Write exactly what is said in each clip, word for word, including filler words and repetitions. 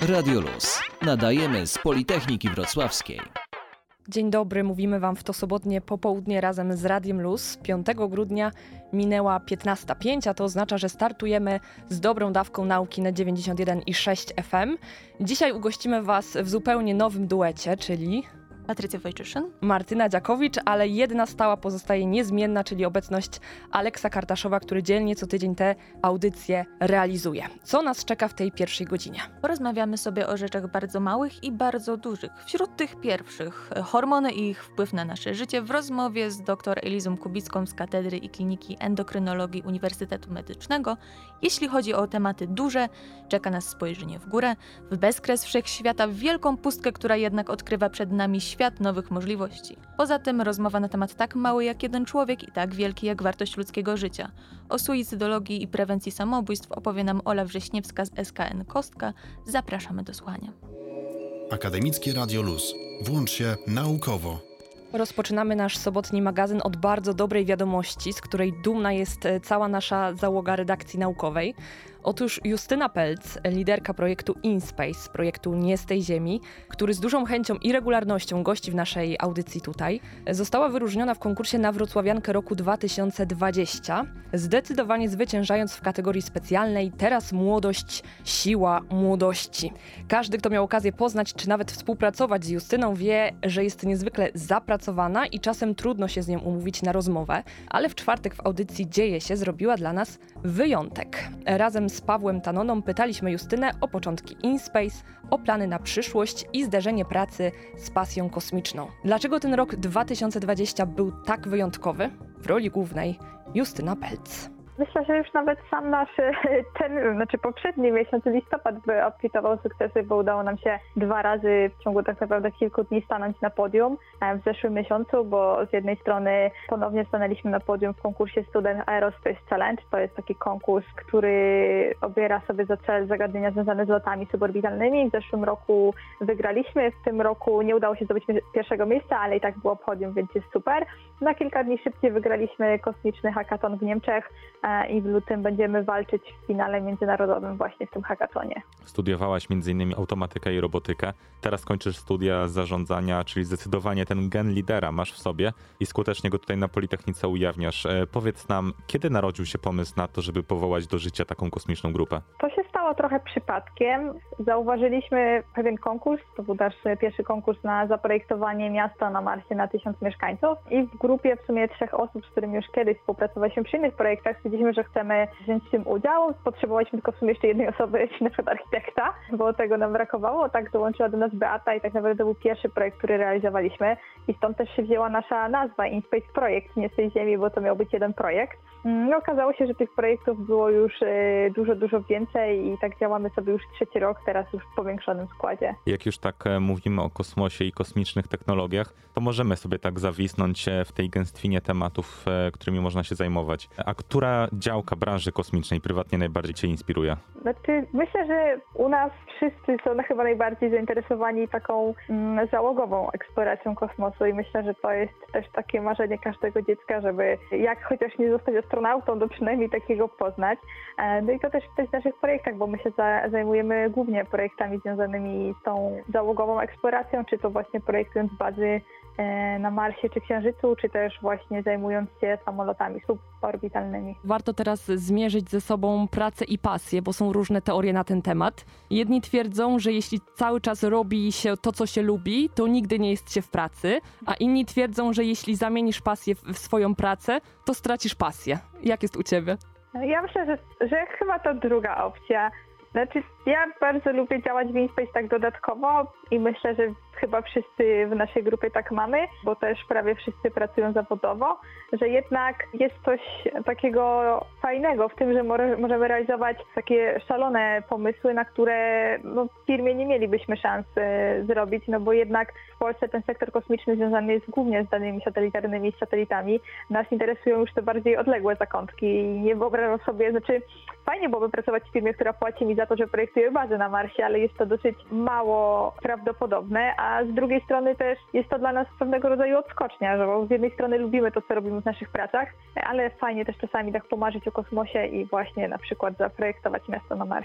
Radio Luz. Nadajemy z Politechniki Wrocławskiej. Dzień dobry, mówimy Wam w to sobotnie popołudnie razem z Radiem Luz. piątego grudnia minęła piętnasta pięć, a to oznacza, że startujemy z dobrą dawką nauki na dziewięćdziesiąt jeden i sześć F M. Dzisiaj ugościmy Was w zupełnie nowym duecie, czyli Patrycja Wojczyszyn, Martyna Dziakowicz, ale jedna stała pozostaje niezmienna, czyli obecność Aleksa Kartaszowa, który dzielnie co tydzień te audycje realizuje. Co nas czeka w tej pierwszej godzinie? Porozmawiamy sobie o rzeczach bardzo małych i bardzo dużych. Wśród tych pierwszych hormony i ich wpływ na nasze życie w rozmowie z dr Elizą Kubicką z Katedry i Kliniki Endokrynologii Uniwersytetu Medycznego. Jeśli chodzi o tematy duże, czeka nas spojrzenie w górę, w bezkres wszechświata, w wielką pustkę, która jednak odkrywa przed nami świat nowych możliwości. Poza tym rozmowa na temat tak mały jak jeden człowiek i tak wielki jak wartość ludzkiego życia. O suicydologii i prewencji samobójstw opowie nam Ola Wrześniewska z S K N Kostka. Zapraszamy do słuchania. Akademickie Radio Luz. Włącz się naukowo. Rozpoczynamy nasz sobotni magazyn od bardzo dobrej wiadomości, z której dumna jest cała nasza załoga redakcji naukowej. Otóż Justyna Pelc, liderka projektu InSpace, projektu Nie z tej Ziemi, który z dużą chęcią i regularnością gości w naszej audycji tutaj, została wyróżniona w konkursie na Wrocławiankę roku dwa tysiące dwudziestego, zdecydowanie zwyciężając w kategorii specjalnej Teraz młodość, siła młodości. Każdy, kto miał okazję poznać czy nawet współpracować z Justyną, wie, że jest niezwykle zapracowana i czasem trudno się z nią umówić na rozmowę, ale w czwartek w audycji Dzieje się zrobiła dla nas wyjątek. Razem z Pawłem Tanoną pytaliśmy Justynę o początki InSpace, o plany na przyszłość i zderzenie pracy z pasją kosmiczną. Dlaczego ten rok dwa tysiące dwudziesty był tak wyjątkowy? W roli głównej Justyna Pelc. Myślę, że już nawet sam nasz ten, znaczy poprzedni miesiąc, listopad, by obfitował sukcesy, bo udało nam się dwa razy w ciągu tak naprawdę kilku dni stanąć na podium w zeszłym miesiącu, bo z jednej strony ponownie stanęliśmy na podium w konkursie Student Aerospace Challenge. To jest taki konkurs, który obiera sobie za cel zagadnienia związane z lotami suborbitalnymi. W zeszłym roku wygraliśmy, w tym roku nie udało się zdobyć pierwszego miejsca, ale i tak było podium, więc jest super. Na kilka dni szybciej wygraliśmy kosmiczny hackathon w Niemczech i w lutym będziemy walczyć w finale międzynarodowym właśnie w tym hackathonie. Studiowałaś między innymi automatykę i robotykę. Teraz kończysz studia zarządzania, czyli zdecydowanie ten gen lidera masz w sobie i skutecznie go tutaj na Politechnice ujawniasz. E, powiedz nam, kiedy narodził się pomysł na to, żeby powołać do życia taką kosmiczną grupę? To się stało trochę przypadkiem. Zauważyliśmy pewien konkurs, to był nasz pierwszy konkurs na zaprojektowanie miasta na Marsie na tysiąc mieszkańców i w grupie w sumie trzech osób, z którymi już kiedyś współpracowaliśmy przy innych projektach, stwierdziliśmy, że chcemy wziąć w tym udział. Potrzebowaliśmy tylko w sumie jeszcze jednej osoby, na przykład architekta, bo tego nam brakowało. Tak dołączyła do nas Beata i tak naprawdę to był pierwszy projekt, który realizowaliśmy i stąd też się wzięła nasza nazwa InSpace Projekt, Nie z tej Ziemi, bo to miał być jeden projekt. No, okazało się, że tych projektów było już y, dużo, dużo więcej i tak działamy sobie już trzeci rok, teraz już w powiększonym składzie. Jak już tak mówimy o kosmosie i kosmicznych technologiach, to możemy sobie tak zawisnąć w tej gęstwinie tematów, którymi można się zajmować. A która działka branży kosmicznej prywatnie najbardziej Cię inspiruje? Znaczy, myślę, że u nas wszyscy są chyba najbardziej zainteresowani taką mm, załogową eksploracją kosmosu i myślę, że to jest też takie marzenie każdego dziecka, żeby jak chociaż nie zostać astronautą, to przynajmniej takiego poznać. No i to też widać w naszych projektach, bo my się za, zajmujemy głównie projektami związanymi z tą załogową eksploracją, czy to właśnie projektując bazy na Marsie czy Księżycu, czy też właśnie zajmując się samolotami suborbitalnymi. Warto teraz zmierzyć ze sobą pracę i pasję, bo są różne teorie na ten temat. Jedni twierdzą, że jeśli cały czas robi się to, co się lubi, to nigdy nie jest się w pracy, a inni twierdzą, że jeśli zamienisz pasję w swoją pracę, to stracisz pasję. Jak jest u Ciebie? Ja myślę, że, że chyba to druga opcja. Znaczy, ja bardzo lubię działać w InSpace tak dodatkowo i myślę, że chyba wszyscy w naszej grupie tak mamy, bo też prawie wszyscy pracują zawodowo, że jednak jest coś takiego fajnego w tym, że możemy realizować takie szalone pomysły, na które no, w firmie nie mielibyśmy szans y, zrobić, no bo jednak w Polsce ten sektor kosmiczny związany jest głównie z danymi satelitarnymi i z satelitami. Nas interesują już te bardziej odległe zakątki i nie wyobrażam sobie, znaczy fajnie byłoby pracować w firmie, która płaci mi za to, że projektuje bazę na Marsie, ale jest to dosyć mało prawdopodobne, a z drugiej strony też jest to dla nas pewnego rodzaju odskocznia, że z jednej strony lubimy to, co robimy w naszych pracach, ale fajnie też czasami tak pomarzyć o kosmosie i właśnie na przykład zaprojektować miasto na Marsie.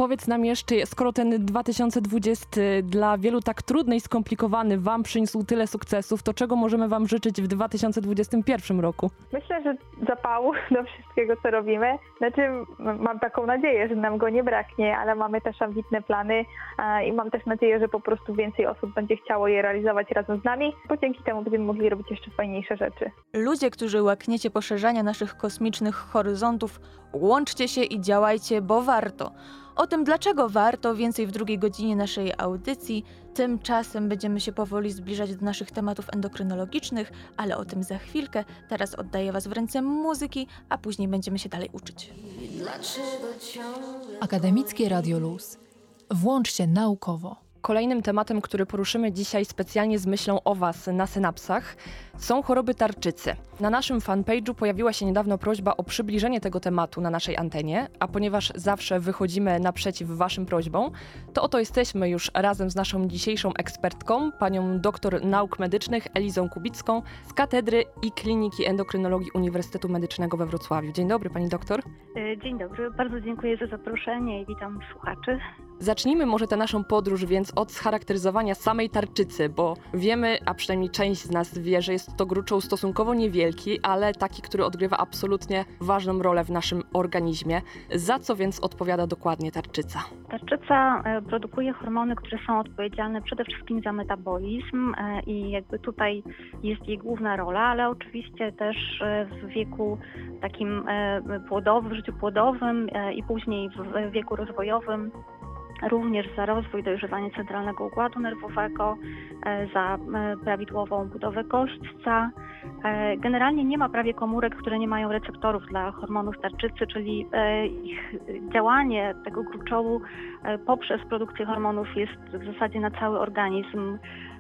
powiedz nam jeszcze, skoro ten dwa tysiące dwudziesty dla wielu tak trudny i skomplikowany wam przyniósł tyle sukcesów, to czego możemy wam życzyć w dwa tysiące dwudziestym pierwszym roku? Myślę, że zapału do wszystkiego, co robimy. Znaczy, mam taką nadzieję, że nam go nie braknie, ale mamy też ambitne plany a, i mam też nadzieję, że po prostu więcej osób będzie chciało je realizować razem z nami, bo dzięki temu będziemy mogli robić jeszcze fajniejsze rzeczy. Ludzie, którzy łakniecie poszerzania naszych kosmicznych horyzontów, łączcie się i działajcie, bo warto. O tym, dlaczego warto, więcej w drugiej godzinie naszej audycji. Tymczasem będziemy się powoli zbliżać do naszych tematów endokrynologicznych, ale o tym za chwilkę. Teraz oddaję Was w ręce muzyki, a później będziemy się dalej uczyć. Akademickie Radio Luz. Włącz się naukowo. Kolejnym tematem, który poruszymy dzisiaj specjalnie z myślą o Was na synapsach, są choroby tarczycy. Na naszym fanpage'u pojawiła się niedawno prośba o przybliżenie tego tematu na naszej antenie, a ponieważ zawsze wychodzimy naprzeciw Waszym prośbom, to oto jesteśmy już razem z naszą dzisiejszą ekspertką, panią doktor nauk medycznych Elizą Kubicką z Katedry i Kliniki Endokrynologii Uniwersytetu Medycznego we Wrocławiu. Dzień dobry, pani doktor. Dzień dobry, bardzo dziękuję za zaproszenie i witam słuchaczy. Zacznijmy może tę naszą podróż więc od scharakteryzowania samej tarczycy, bo wiemy, a przynajmniej część z nas wie, że jest to gruczoł stosunkowo niewielki, ale taki, który odgrywa absolutnie ważną rolę w naszym organizmie. Za co więc odpowiada dokładnie tarczyca? Tarczyca produkuje hormony, które są odpowiedzialne przede wszystkim za metabolizm i jakby tutaj jest jej główna rola, ale oczywiście też w wieku takim płodowym, w życiu płodowym i później w wieku rozwojowym również za rozwój, dojrzewanie centralnego układu nerwowego, za prawidłową budowę kośćca. Generalnie nie ma prawie komórek, które nie mają receptorów dla hormonów tarczycy, czyli ich działanie tego gruczołu poprzez produkcję hormonów jest w zasadzie na cały organizm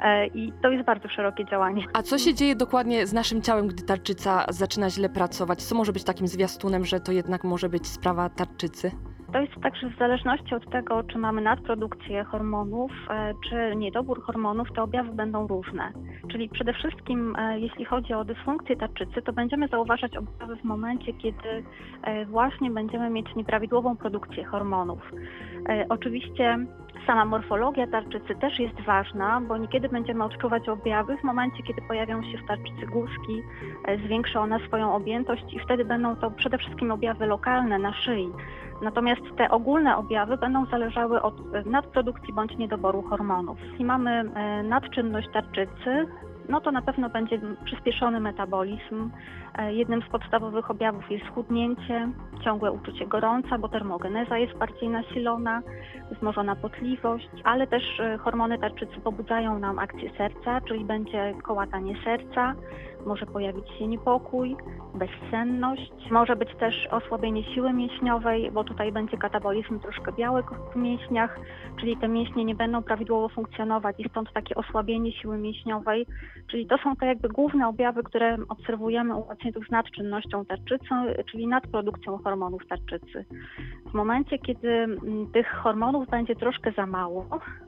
i to jest bardzo szerokie działanie. A co się dzieje dokładnie z naszym ciałem, gdy tarczyca zaczyna źle pracować? Co może być takim zwiastunem, że to jednak może być sprawa tarczycy? To jest tak, że w zależności od tego, czy mamy nadprodukcję hormonów, czy niedobór hormonów, te objawy będą różne. Czyli przede wszystkim, jeśli chodzi o dysfunkcję tarczycy, to będziemy zauważać objawy w momencie, kiedy właśnie będziemy mieć nieprawidłową produkcję hormonów. Oczywiście sama morfologia tarczycy też jest ważna, bo niekiedy będziemy odczuwać objawy w momencie, kiedy pojawią się w tarczycy guzki, zwiększy ona swoją objętość i wtedy będą to przede wszystkim objawy lokalne na szyi. Natomiast te ogólne objawy będą zależały od nadprodukcji bądź niedoboru hormonów. Jeśli mamy nadczynność tarczycy, no to na pewno będzie przyspieszony metabolizm. Jednym z podstawowych objawów jest schudnięcie, ciągłe uczucie gorąca, bo termogeneza jest bardziej nasilona, wzmożona potliwość, ale też hormony tarczycy pobudzają nam akcję serca, czyli będzie kołatanie serca, może pojawić się niepokój, bezsenność, może być też osłabienie siły mięśniowej, bo tutaj będzie katabolizm troszkę białek w mięśniach, czyli te mięśnie nie będą prawidłowo funkcjonować i stąd takie osłabienie siły mięśniowej, czyli to są te jakby główne objawy, które obserwujemy u pacjentów z nadczynnością tarczycy, czyli nadprodukcją hormonów tarczycy. W momencie, kiedy tych hormonów będzie troszkę za mało,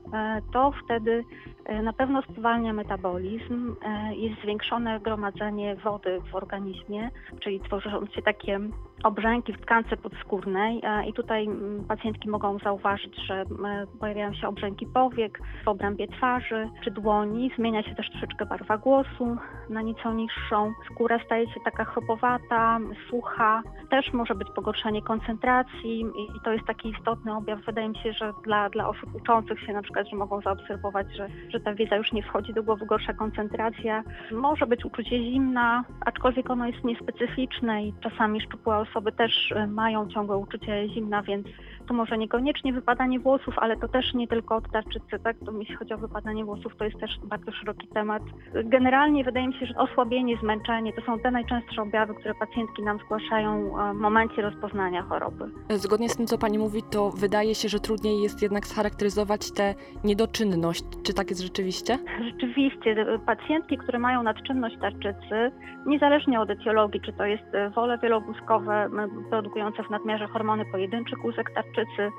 to wtedy na pewno spowalnia metabolizm, jest zwiększone gromadzenie wody w organizmie, czyli tworzą się takie obrzęki w tkance podskórnej i tutaj pacjentki mogą zauważyć, że pojawiają się obrzęki powiek w obrębie twarzy czy dłoni, zmienia się też troszeczkę barwa głosu na nieco niższą, skóra staje się taka chropowata, sucha, też może być pogorszenie koncentracji i to jest taki istotny objaw. Wydaje mi się, że dla, dla osób uczących się na przykład, że mogą zaobserwować, że, że ta wiedza już nie wchodzi do głowy, gorsza koncentracja. Może być uczucie zimna, aczkolwiek ono jest niespecyficzne i czasami szczupłe osoby też mają ciągłe uczucie zimna, więc to może niekoniecznie wypadanie włosów, ale to też nie tylko od tarczycy, tak? To jeśli chodzi o wypadanie włosów, to jest też bardzo szeroki temat. Generalnie wydaje mi się, że osłabienie, zmęczenie to są te najczęstsze objawy, które pacjentki nam zgłaszają w momencie rozpoznania choroby. Zgodnie z tym, co pani mówi, to wydaje się, że trudniej jest jednak scharakteryzować tę niedoczynność. Czy tak jest rzeczywiście? Rzeczywiście. Pacjentki, które mają nadczynność tarczycy, niezależnie od etiologii, czy to jest wole wieloguzkowe produkujące w nadmiarze hormony pojedynczych guzek tarczycy,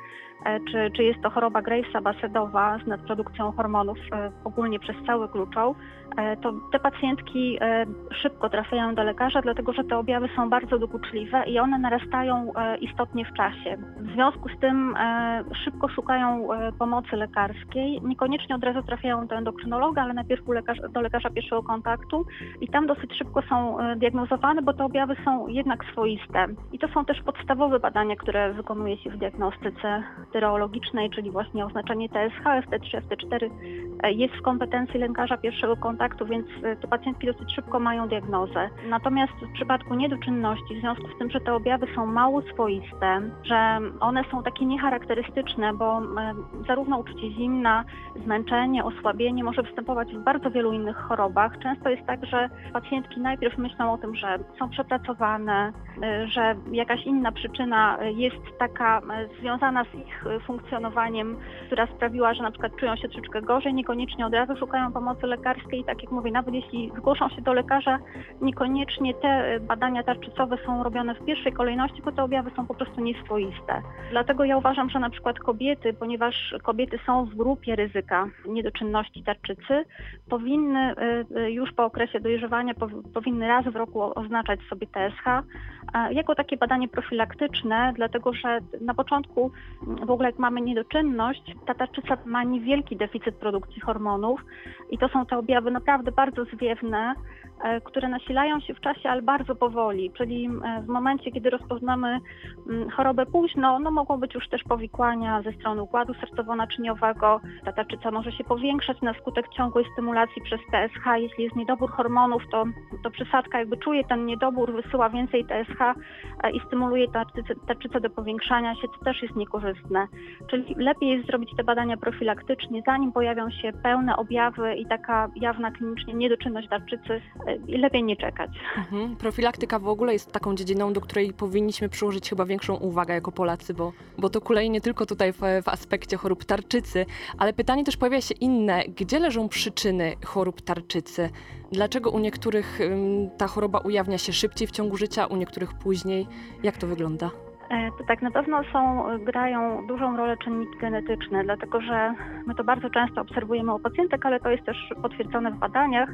czy, czy jest to choroba Gravesa basedowa z nadprodukcją hormonów ogólnie przez cały kluczoł, to te pacjentki szybko trafiają do lekarza, dlatego że te objawy są bardzo dokuczliwe i one narastają istotnie w czasie. W związku z tym szybko szukają pomocy lekarskiej, niekoniecznie od razu trafiają do endokrynologa, ale najpierw lekarza, do lekarza pierwszego kontaktu i tam dosyć szybko są diagnozowane, bo te objawy są jednak swoiste. I to są też podstawowe badania, które wykonuje się w diagnostyce stereologicznej, czyli właśnie oznaczenie T S H, F T trzy, F T cztery jest w kompetencji lekarza pierwszego kontaktu, więc te pacjentki dosyć szybko mają diagnozę. Natomiast w przypadku niedoczynności, w związku z tym, że te objawy są mało swoiste, że one są takie niecharakterystyczne, bo zarówno uczucie zimna, zmęczenie, osłabienie może występować w bardzo wielu innych chorobach. Często jest tak, że pacjentki najpierw myślą o tym, że są przepracowane, że jakaś inna przyczyna jest taka związana z ich funkcjonowaniem, która sprawiła, że na przykład czują się troszeczkę gorzej, niekoniecznie od razu szukają pomocy lekarskiej i tak jak mówię, nawet jeśli zgłoszą się do lekarza, niekoniecznie te badania tarczycowe są robione w pierwszej kolejności, bo te objawy są po prostu nieswoiste. Dlatego ja uważam, że na przykład kobiety, ponieważ kobiety są w grupie ryzyka niedoczynności tarczycy, powinny już po okresie dojrzewania, powinny raz w roku oznaczać sobie T S H jako takie badanie profilaktyczne, dlatego że na początku w ogóle jak mamy niedoczynność, ta tarczyca ma niewielki deficyt produkcji hormonów i to są te objawy naprawdę bardzo zwiewne, które nasilają się w czasie, ale bardzo powoli, czyli w momencie, kiedy rozpoznamy chorobę późno, no mogą być już też powikłania ze strony układu sercowo-naczyniowego. Ta tarczyca może się powiększać na skutek ciągłej stymulacji przez T S H. Jeśli jest niedobór hormonów, to, to przysadka jakby czuje ten niedobór, wysyła więcej T S H i stymuluje tarczycę, tarczycę do powiększania się, co też jest niekorzystne. Czyli lepiej jest zrobić te badania profilaktycznie, zanim pojawią się pełne objawy i taka jawna klinicznie niedoczynność tarczycy, i lepiej nie czekać. Mhm. Profilaktyka w ogóle jest taką dziedziną, do której powinniśmy przyłożyć chyba większą uwagę jako Polacy, bo, bo to kuleje nie tylko tutaj w, w aspekcie chorób tarczycy, ale pytanie też pojawia się inne. Gdzie leżą przyczyny chorób tarczycy? Dlaczego u niektórych ym, ta choroba ujawnia się szybciej w ciągu życia, u niektórych później? Jak to wygląda? To tak, na pewno są, grają dużą rolę czynniki genetyczne, dlatego że my to bardzo często obserwujemy u pacjentek, ale to jest też potwierdzone w badaniach,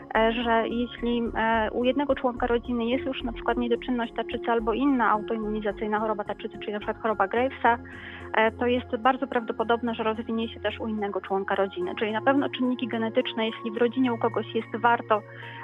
że jeśli u jednego członka rodziny jest już na przykład niedoczynność tarczycy albo inna autoimmunizacyjna choroba tarczycy, czyli na przykład choroba Gravesa, to jest bardzo prawdopodobne, że rozwinie się też u innego członka rodziny. Czyli na pewno czynniki genetyczne, jeśli w rodzinie u kogoś jest, warto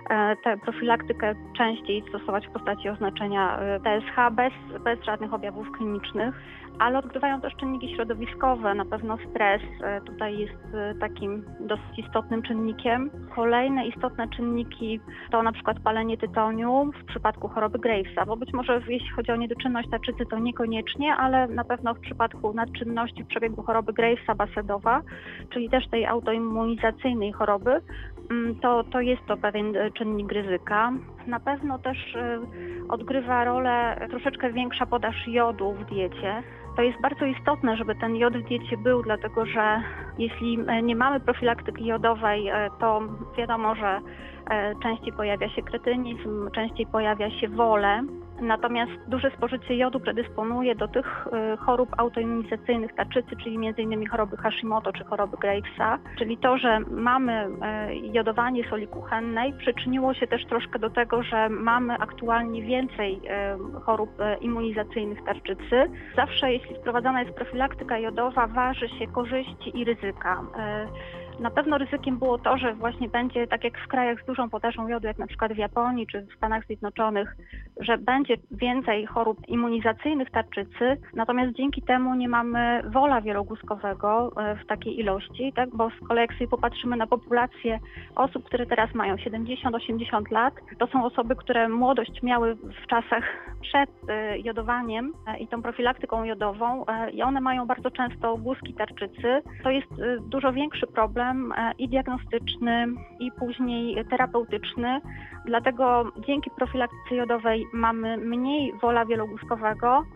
tę profilaktykę częściej stosować w postaci oznaczenia T S H bez, bez żadnych objawów klinicznych, ale odgrywają też czynniki środowiskowe, na pewno stres tutaj jest takim dosyć istotnym czynnikiem. Kolejne istotne czynniki to na przykład palenie tytoniu w przypadku choroby Gravesa, bo być może jeśli chodzi o niedoczynność tarczycy to niekoniecznie, ale na pewno w przypadku nadczynności w przebiegu choroby Gravesa basedowa, czyli też tej autoimmunizacyjnej choroby, to, to jest to pewien czynnik ryzyka. Na pewno też odgrywa rolę troszeczkę większa podaż jodu w diecie. To jest bardzo istotne, żeby ten jod w diecie był, dlatego że jeśli nie mamy profilaktyki jodowej, to wiadomo, że częściej pojawia się kretynizm, częściej pojawia się wole. Natomiast duże spożycie jodu predysponuje do tych chorób autoimmunizacyjnych tarczycy, czyli między innymi choroby Hashimoto czy choroby Gravesa. Czyli to, że mamy jodowanie soli kuchennej, przyczyniło się też troszkę do tego, że mamy aktualnie więcej chorób immunizacyjnych tarczycy. Zawsze jeśli wprowadzana jest profilaktyka jodowa, waży się korzyści i ryzyka. Na pewno ryzykiem było to, że właśnie będzie, tak jak w krajach z dużą podażą jodu, jak na przykład w Japonii czy w Stanach Zjednoczonych, że będzie więcej chorób immunizacyjnych tarczycy, natomiast dzięki temu nie mamy wola wielogłuskowego w takiej ilości, tak? Bo z kolei jak sobie popatrzymy na populację osób, które teraz mają siedemdziesiąt osiemdziesiąt lat, to są osoby, które młodość miały w czasach przed jodowaniem i tą profilaktyką jodową i one mają bardzo często głuski tarczycy. To jest dużo większy problem i diagnostyczny, i później terapeutyczny. Dlatego dzięki profilaktyce jodowej mamy mniej wola wielogłuskowego,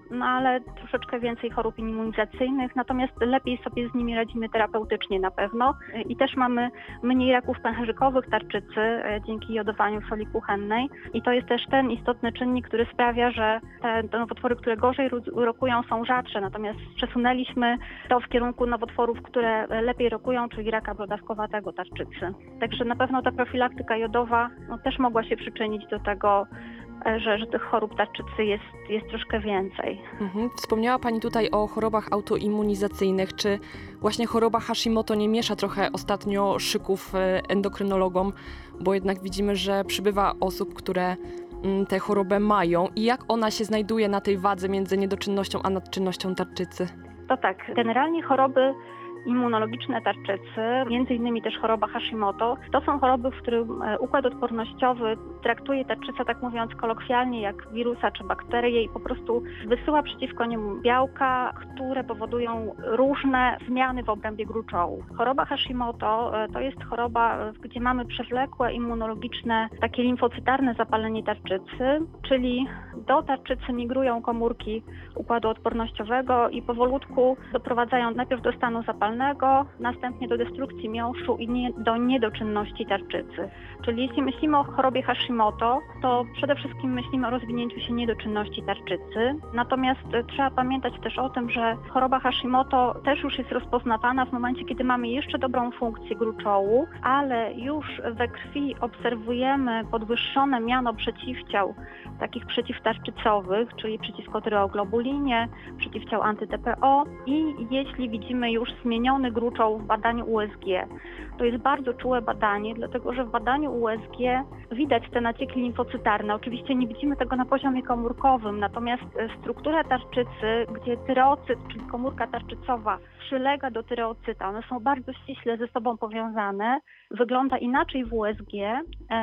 no ale troszeczkę więcej chorób immunizacyjnych, natomiast lepiej sobie z nimi radzimy terapeutycznie na pewno i też mamy mniej raków pęcherzykowych tarczycy dzięki jodowaniu soli kuchennej i to jest też ten istotny czynnik, który sprawia, że te nowotwory, które gorzej rokują, są rzadsze, natomiast przesunęliśmy to w kierunku nowotworów, które lepiej rokują, czyli raka brodawkowatego tarczycy. Także na pewno ta profilaktyka jodowa no, też mogła się przyczynić do tego, że, że tych chorób tarczycy jest, jest troszkę więcej. Mhm. Wspomniała Pani tutaj o chorobach autoimmunizacyjnych. Czy właśnie choroba Hashimoto nie miesza trochę ostatnio szyków endokrynologom, bo jednak widzimy, że przybywa osób, które tę chorobę mają i jak ona się znajduje na tej wadze między niedoczynnością a nadczynnością tarczycy? To tak, generalnie choroby immunologiczne tarczycy, między innymi też choroba Hashimoto, to są choroby, w których układ odpornościowy traktuje tarczycę, tak mówiąc kolokwialnie, jak wirusa czy bakterię i po prostu wysyła przeciwko niemu białka, które powodują różne zmiany w obrębie gruczołu. Choroba Hashimoto to jest choroba, gdzie mamy przewlekłe immunologiczne, takie limfocytarne zapalenie tarczycy, czyli do tarczycy migrują komórki układu odpornościowego i powolutku doprowadzają najpierw do stanu zapalnego, następnie do destrukcji miąższu i nie, do niedoczynności tarczycy. Czyli jeśli myślimy o chorobie Hashimoto, to przede wszystkim myślimy o rozwinięciu się niedoczynności tarczycy. Natomiast trzeba pamiętać też o tym, że choroba Hashimoto też już jest rozpoznawana w momencie, kiedy mamy jeszcze dobrą funkcję gruczołu, ale już we krwi obserwujemy podwyższone miano przeciwciał, takich przeciwtarczycowych, czyli przeciwko tyreoglobulinie, przeciwciał anty-T P O i jeśli widzimy już zmieniony gruczoł w badaniu U S G. To jest bardzo czułe badanie, dlatego że w badaniu U S G widać te nacieki limfocytarne. Oczywiście nie widzimy tego na poziomie komórkowym, natomiast struktura tarczycy, gdzie tyreocyt, czyli komórka tarczycowa, przylega do tyreocyta, one są bardzo ściśle ze sobą powiązane, wygląda inaczej w U S G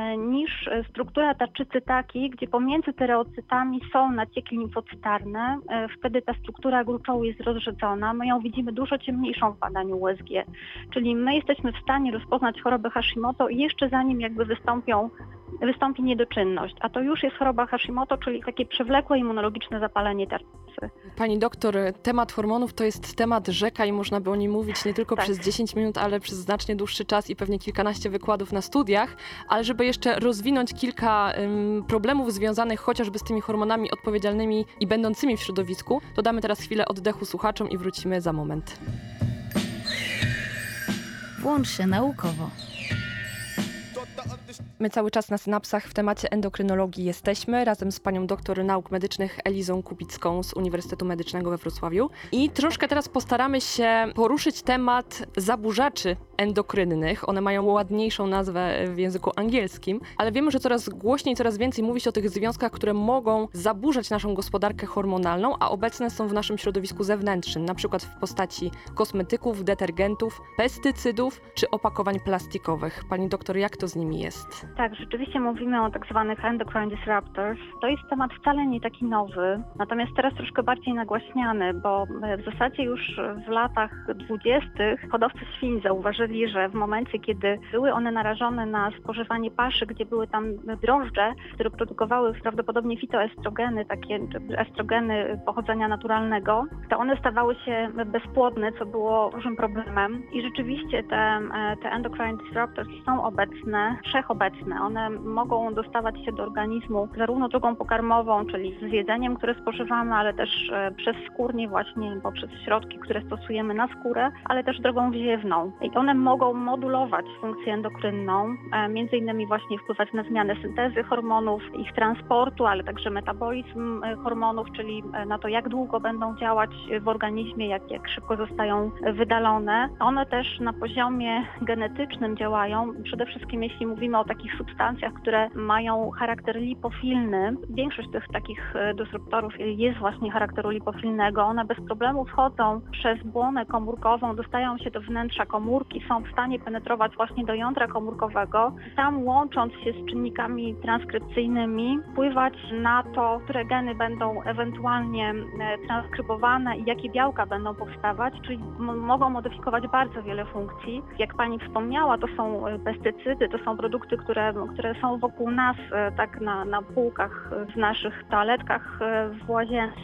niż struktura tarczycy takiej, gdzie pomiędzy tyreocytami są nacieki limfocytarne. Wtedy ta struktura gruczołu jest rozrzedzona. My ją widzimy dużo ciemniejszą w badaniu U S G. Czyli my jesteśmy w stanie rozpoznać chorobę Hashimoto jeszcze zanim jakby wystąpią wystąpi niedoczynność, a to już jest choroba Hashimoto, czyli takie przewlekłe immunologiczne zapalenie tarczycy. Pani doktor, temat hormonów to jest temat rzeka i można by o nim mówić nie tylko tak. przez dziesięć minut, ale przez znacznie dłuższy czas i pewnie kilkanaście wykładów na studiach, ale żeby jeszcze rozwinąć kilka um, problemów związanych chociażby z tymi hormonami odpowiedzialnymi i będącymi w środowisku, to damy teraz chwilę oddechu słuchaczom i wrócimy za moment. Włącz się naukowo. My cały czas na synapsach w temacie endokrynologii jesteśmy, razem z panią doktor nauk medycznych Elizą Kubicką z Uniwersytetu Medycznego we Wrocławiu. I troszkę teraz postaramy się poruszyć temat zaburzaczy endokrynnych. One mają ładniejszą nazwę w języku angielskim, ale wiemy, że coraz głośniej, coraz więcej mówi się o tych związkach, które mogą zaburzać naszą gospodarkę hormonalną, a obecne są w naszym środowisku zewnętrznym, na przykład w postaci kosmetyków, detergentów, pestycydów czy opakowań plastikowych. Pani doktor, jak to z nimi jest? Tak, rzeczywiście mówimy o tak zwanych endocrine disruptors. To jest temat wcale nie taki nowy, natomiast teraz troszkę bardziej nagłaśniany, bo w zasadzie już w latach dwudziestych hodowcy świń zauważyli, że w momencie, kiedy były one narażone na spożywanie paszy, gdzie były tam drożdże, które produkowały prawdopodobnie fitoestrogeny, takie estrogeny pochodzenia naturalnego, to one stawały się bezpłodne, co było dużym problemem. I rzeczywiście te, te endocrine disruptors są obecne, wszechobecne. One mogą dostawać się do organizmu zarówno drogą pokarmową, czyli z jedzeniem, które spożywamy, ale też przez skórnie właśnie, poprzez środki, które stosujemy na skórę, ale też drogą wziewną. I one mogą modulować funkcję endokrynną, między innymi właśnie wpływać na zmianę syntezy hormonów, ich transportu, ale także metabolizm hormonów, czyli na to, jak długo będą działać w organizmie, jak, jak szybko zostają wydalone. One też na poziomie genetycznym działają, przede wszystkim jeśli mówimy o takich substancjach, które mają charakter lipofilny. Większość tych takich disruptorów jest właśnie charakteru lipofilnego. One bez problemu wchodzą przez błonę komórkową, dostają się do wnętrza komórki, są w stanie penetrować właśnie do jądra komórkowego. Tam łącząc się z czynnikami transkrypcyjnymi, wpływać na to, które geny będą ewentualnie transkrybowane i jakie białka będą powstawać, czyli m- mogą modyfikować bardzo wiele funkcji. Jak pani wspomniała, to są pestycydy, to są produkty, które, które są wokół nas, tak na, na półkach w naszych toaletkach w łazience.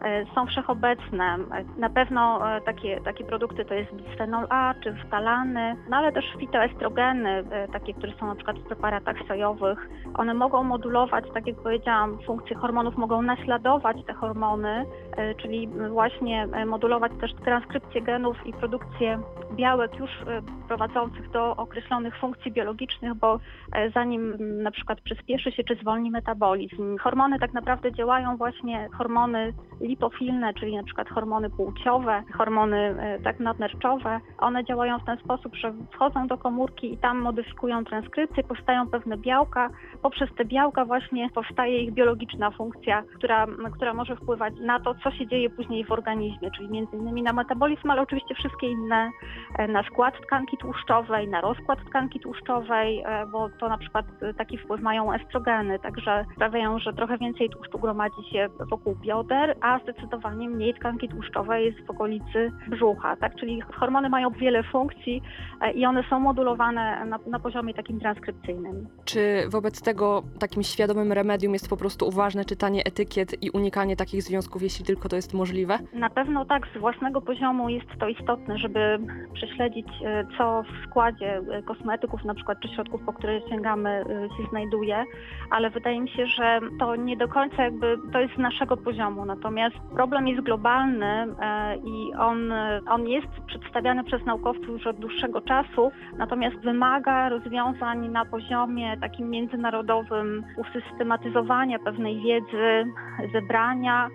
są wszechobecne. Na pewno takie, takie produkty to jest bisfenol A czy ftalany, no ale też fitoestrogeny, takie, które są na przykład w preparatach sojowych. One mogą modulować, tak jak powiedziałam, funkcje hormonów, mogą naśladować te hormony, czyli właśnie modulować też transkrypcję genów i produkcję białek już prowadzących do określonych funkcji biologicznych, bo zanim na przykład przyspieszy się czy zwolni metabolizm. Hormony tak naprawdę działają właśnie, hormony lipofilne, czyli na przykład hormony płciowe, hormony tak nadnerczowe. One działają w ten sposób, że wchodzą do komórki i tam modyfikują transkrypcję, powstają pewne białka. Poprzez te białka właśnie powstaje ich biologiczna funkcja, która, która może wpływać na to, co się dzieje później w organizmie, czyli między innymi na metabolizm, ale oczywiście wszystkie inne, na skład tkanki tłuszczowej, na rozkład tkanki tłuszczowej, bo to na przykład taki wpływ mają estrogeny, także sprawiają, że trochę więcej tłuszczu gromadzi się wokół bioder, a zdecydowanie mniej tkanki tłuszczowej jest w okolicy brzucha, tak? Czyli hormony mają wiele funkcji i one są modulowane na, na poziomie takim transkrypcyjnym. Czy wobec tego takim świadomym remedium jest po prostu uważne czytanie etykiet i unikanie takich związków, jeśli tylko to jest możliwe? Na pewno tak, z własnego poziomu jest to istotne, żeby prześledzić, co w składzie kosmetyków, na przykład czy środków, po które sięgamy, się znajduje, ale wydaje mi się, że to nie do końca jakby to jest z naszego poziomu. Natomiast problem jest globalny i on, on jest przedstawiany przez naukowców już od dłuższego czasu, natomiast wymaga rozwiązań na poziomie takim międzynarodowym, usystematyzowania pewnej wiedzy, zebrania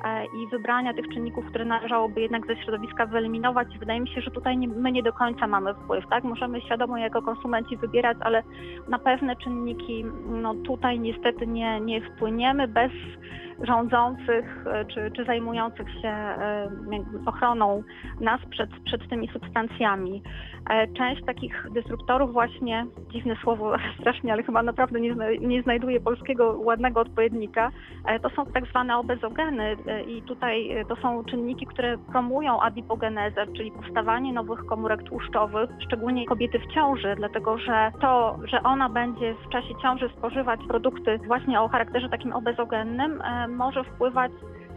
i wybrania tych czynników, które należałoby jednak ze środowiska wyeliminować. Wydaje mi się, że tutaj nie, my nie do końca mamy wpływ, tak? Możemy świadomo jako konsumenci wybierać, ale na pewne czynniki no tutaj niestety nie, nie wpłyniemy bez rządzących czy, czy zajmujących się ochroną nas przed, przed tymi substancjami. Część takich dysruptorów właśnie, dziwne słowo strasznie, ale chyba naprawdę nie, nie znajduje polskiego ładnego odpowiednika, to są tak zwane obezogeny i tutaj to są czynniki, które promują adipogenezę, czyli powstawanie nowych komórek tłuszczowych, szczególnie kobiety w ciąży, dlatego że to, że ona będzie w czasie ciąży spożywać produkty właśnie o charakterze takim obezogennym, może wpływać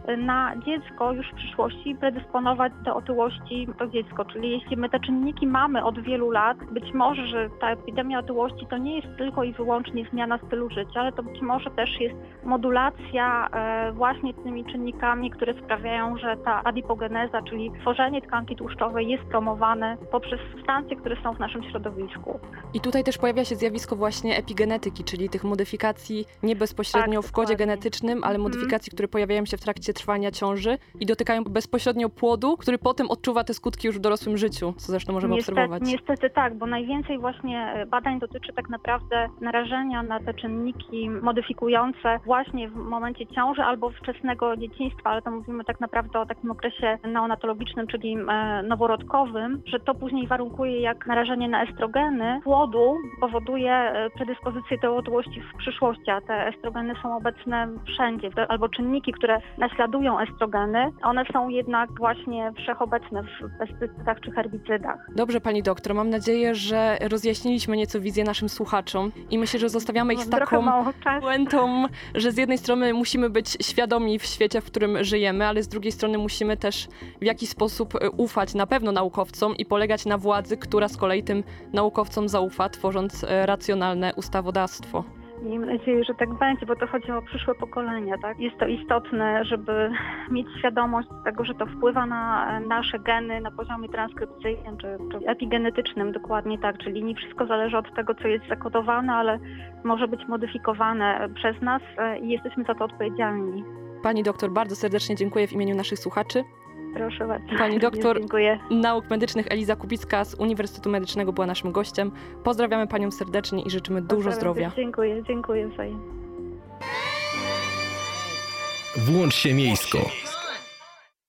na dziecko już w przyszłości, predysponować do otyłości to dziecko. Czyli jeśli my te czynniki mamy od wielu lat, być może, że ta epidemia otyłości to nie jest tylko i wyłącznie zmiana stylu życia, ale to być może też jest modulacja właśnie tymi czynnikami, które sprawiają, że ta adipogeneza, czyli tworzenie tkanki tłuszczowej jest promowane poprzez substancje, które są w naszym środowisku. I tutaj też pojawia się zjawisko właśnie epigenetyki, czyli tych modyfikacji nie bezpośrednio tak, w kodzie dokładnie. genetycznym, ale Mhm. modyfikacji, które pojawiają się w trakcie trwania ciąży i dotykają bezpośrednio płodu, który potem odczuwa te skutki już w dorosłym życiu, co zresztą możemy niestety, obserwować. Niestety tak, bo najwięcej właśnie badań dotyczy tak naprawdę narażenia na te czynniki modyfikujące właśnie w momencie ciąży albo wczesnego dzieciństwa, ale to mówimy tak naprawdę o takim okresie neonatologicznym, czyli noworodkowym, że to później warunkuje jak narażenie na estrogeny płodu powoduje predyspozycję do otyłości w przyszłości, a te estrogeny są obecne wszędzie, albo czynniki, które naśladują estrogeny, one są jednak właśnie wszechobecne w pestycydach czy herbicydach. Dobrze, pani doktor, mam nadzieję, że rozjaśniliśmy nieco wizję naszym słuchaczom i myślę, że zostawiamy ich z Trochę taką mało czasu. puentą, że z jednej strony musimy być świadomi w świecie, w którym żyjemy, ale z drugiej strony musimy też w jakiś sposób ufać na pewno naukowcom i polegać na władzy, która z kolei tym naukowcom zaufa, tworząc racjonalne ustawodawstwo. Miejmy nadzieję, że tak będzie, bo to chodzi o przyszłe pokolenia, tak? Jest to istotne, żeby mieć świadomość tego, że to wpływa na nasze geny na poziomie transkrypcyjnym czy, czy epigenetycznym, dokładnie tak, czyli nie wszystko zależy od tego, co jest zakodowane, ale może być modyfikowane przez nas i jesteśmy za to odpowiedzialni. Pani doktor, bardzo serdecznie dziękuję w imieniu naszych słuchaczy. Proszę bardzo. Pani doktor Dziękuję. nauk medycznych Eliza Kubicka z Uniwersytetu Medycznego była naszym gościem. Pozdrawiamy panią serdecznie i życzymy dużo Pozdrawiam zdrowia. też. Dziękuję, dziękuję wzajemnie. Włącz się miejsko.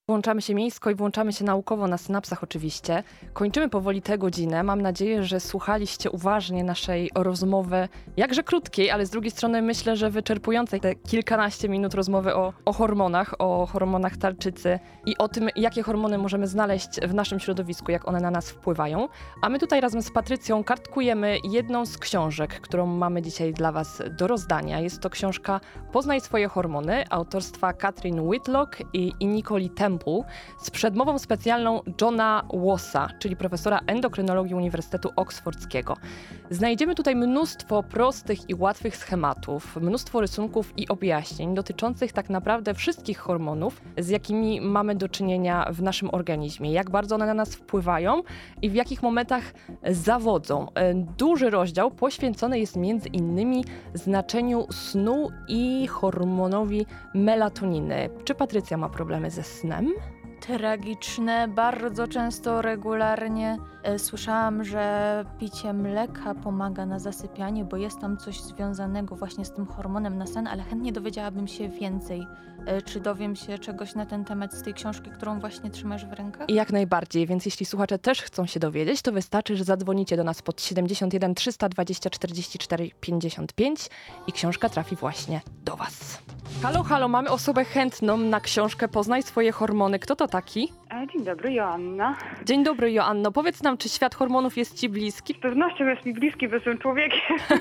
Włączamy się miejsko i włączamy się naukowo na synapsach oczywiście. Kończymy powoli tę godzinę. Mam nadzieję, że słuchaliście uważnie naszej rozmowy, jakże krótkiej, ale z drugiej strony myślę, że wyczerpującej te kilkanaście minut rozmowy o, o hormonach, o hormonach tarczycy i o tym, jakie hormony możemy znaleźć w naszym środowisku, jak one na nas wpływają. A my tutaj razem z Patrycją kartkujemy jedną z książek, którą mamy dzisiaj dla Was do rozdania. Jest to książka Poznaj swoje hormony autorstwa Katrin Whitlock i, i Nicole Temple z przedmową specjalną Johna Wossa, czyli profesora endokrynologii Uniwersytetu Oksfordzkiego. Znajdziemy tutaj mnóstwo prostych i łatwych schematów, mnóstwo rysunków i objaśnień dotyczących tak naprawdę wszystkich hormonów, z jakimi mamy do czynienia w naszym organizmie, jak bardzo one na nas wpływają i w jakich momentach zawodzą. Duży rozdział poświęcony jest między innymi znaczeniu snu i hormonowi melatoniny. Czy Patrycja ma problemy ze snem? Tragiczne, bardzo często, regularnie. E, Słyszałam, że picie mleka pomaga na zasypianie, bo jest tam coś związanego właśnie z tym hormonem na sen, ale chętnie dowiedziałabym się więcej. E, Czy dowiem się czegoś na ten temat z tej książki, którą właśnie trzymasz w rękach? Jak najbardziej, więc jeśli słuchacze też chcą się dowiedzieć, to wystarczy, że zadzwonicie do nas pod siedemdziesiąt jeden trzysta dwadzieścia czterdzieści cztery pięćdziesiąt pięć i książka trafi właśnie do Was. Halo, halo, mamy osobę chętną na książkę Poznaj swoje hormony. Kto to taki? Dzień dobry, Joanna. Dzień dobry, Joanno. Powiedz nam, czy świat hormonów jest Ci bliski? Z pewnością jest mi bliski, bo jestem człowiekiem,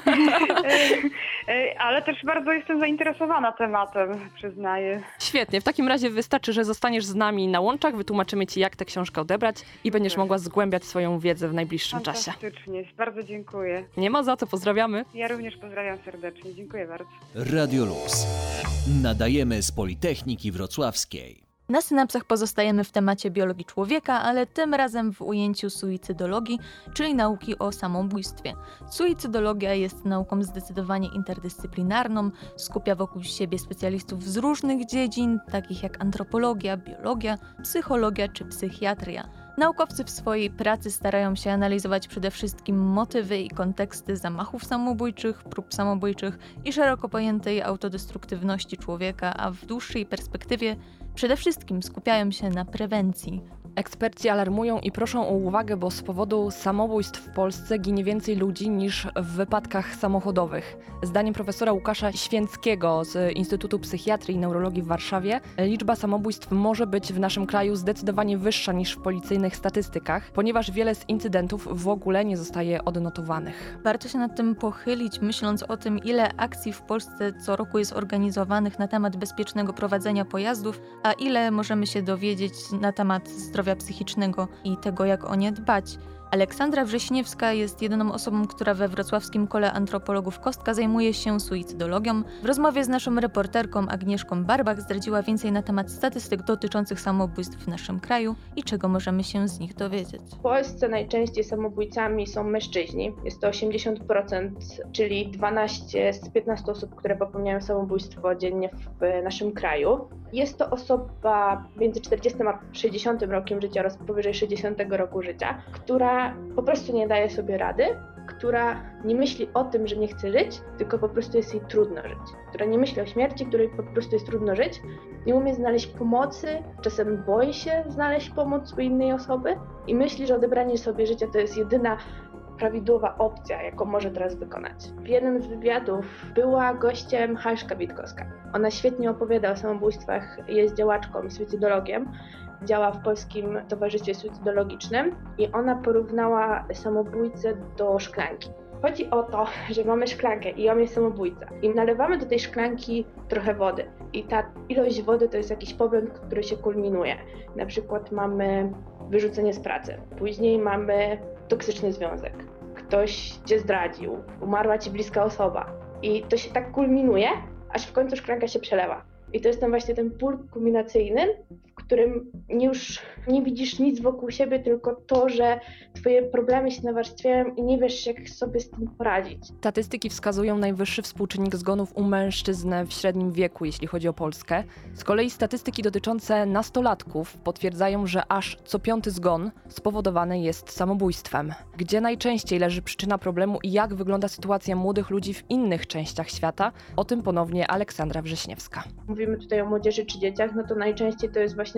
ale też bardzo jestem zainteresowana tematem, przyznaję. Świetnie. W takim razie wystarczy, że zostaniesz z nami na łączach, wytłumaczymy Ci, jak tę książkę odebrać i będziesz mogła zgłębiać swoją wiedzę w najbliższym czasie. Fantastycznie, bardzo dziękuję. Nie ma za co, pozdrawiamy. Ja również pozdrawiam serdecznie, dziękuję bardzo. Radio Luz. Nadajemy z Politechniki Wrocławskiej. Na synapsach pozostajemy w temacie biologii człowieka, ale tym razem w ujęciu suicydologii, czyli nauki o samobójstwie. Suicydologia jest nauką zdecydowanie interdyscyplinarną, skupia wokół siebie specjalistów z różnych dziedzin, takich jak antropologia, biologia, psychologia czy psychiatria. Naukowcy w swojej pracy starają się analizować przede wszystkim motywy i konteksty zamachów samobójczych, prób samobójczych i szeroko pojętej autodestruktywności człowieka, a w dłuższej perspektywie przede wszystkim skupiają się na prewencji. Eksperci alarmują i proszą o uwagę, bo z powodu samobójstw w Polsce ginie więcej ludzi niż w wypadkach samochodowych. Zdaniem profesora Łukasza Święckiego z Instytutu Psychiatrii i Neurologii w Warszawie liczba samobójstw może być w naszym kraju zdecydowanie wyższa niż w policyjnych statystykach, ponieważ wiele z incydentów w ogóle nie zostaje odnotowanych. Warto się nad tym pochylić, myśląc o tym, ile akcji w Polsce co roku jest organizowanych na temat bezpiecznego prowadzenia pojazdów, a ile możemy się dowiedzieć na temat zdrowia psychicznego i tego, jak o nie dbać. Aleksandra Wrześniewska jest jedyną osobą, która we wrocławskim Kole Antropologów Kostka zajmuje się suicydologią. W rozmowie z naszą reporterką Agnieszką Barbach zdradziła więcej na temat statystyk dotyczących samobójstw w naszym kraju i czego możemy się z nich dowiedzieć. W Polsce najczęściej samobójcami są mężczyźni. Jest to osiemdziesiąt procent, czyli dwanaście z piętnastu osób, które popełniają samobójstwo dziennie w naszym kraju. Jest to osoba między czterdziestym a sześćdziesiątym rokiem życia oraz powyżej sześćdziesiątego roku życia, która po prostu nie daje sobie rady, która nie myśli o tym, że nie chce żyć, tylko po prostu jest jej trudno żyć. Która nie myśli o śmierci, której po prostu jest trudno żyć, nie umie znaleźć pomocy, czasem boi się znaleźć pomoc u innej osoby i myśli, że odebranie sobie życia to jest jedyna prawidłowa opcja, jaką może teraz wykonać. W jednym z wywiadów była gościem Halszka Witkowska. Ona świetnie opowiada o samobójstwach, jest działaczką, suicydologiem, działa w Polskim Towarzystwie Suicydologicznym i ona porównała samobójcę do szklanki. Chodzi o to, że mamy szklankę i ją jest samobójca i nalewamy do tej szklanki trochę wody i ta ilość wody to jest jakiś problem, który się kulminuje. Na przykład mamy wyrzucenie z pracy, później mamy toksyczny związek, ktoś cię zdradził, umarła ci bliska osoba i to się tak kulminuje, aż w końcu szklanka się przelewa. I to jest ten właśnie ten punkt kulminacyjny, w którym już nie widzisz nic wokół siebie, tylko to, że twoje problemy się nawarstwiają i nie wiesz, jak sobie z tym poradzić. Statystyki wskazują najwyższy współczynnik zgonów u mężczyzn w średnim wieku, jeśli chodzi o Polskę. Z kolei statystyki dotyczące nastolatków potwierdzają, że aż co piąty zgon spowodowany jest samobójstwem. Gdzie najczęściej leży przyczyna problemu i jak wygląda sytuacja młodych ludzi w innych częściach świata? O tym ponownie Aleksandra Wrześniewska. Mówimy tutaj o młodzieży czy dzieciach, no to najczęściej to jest właśnie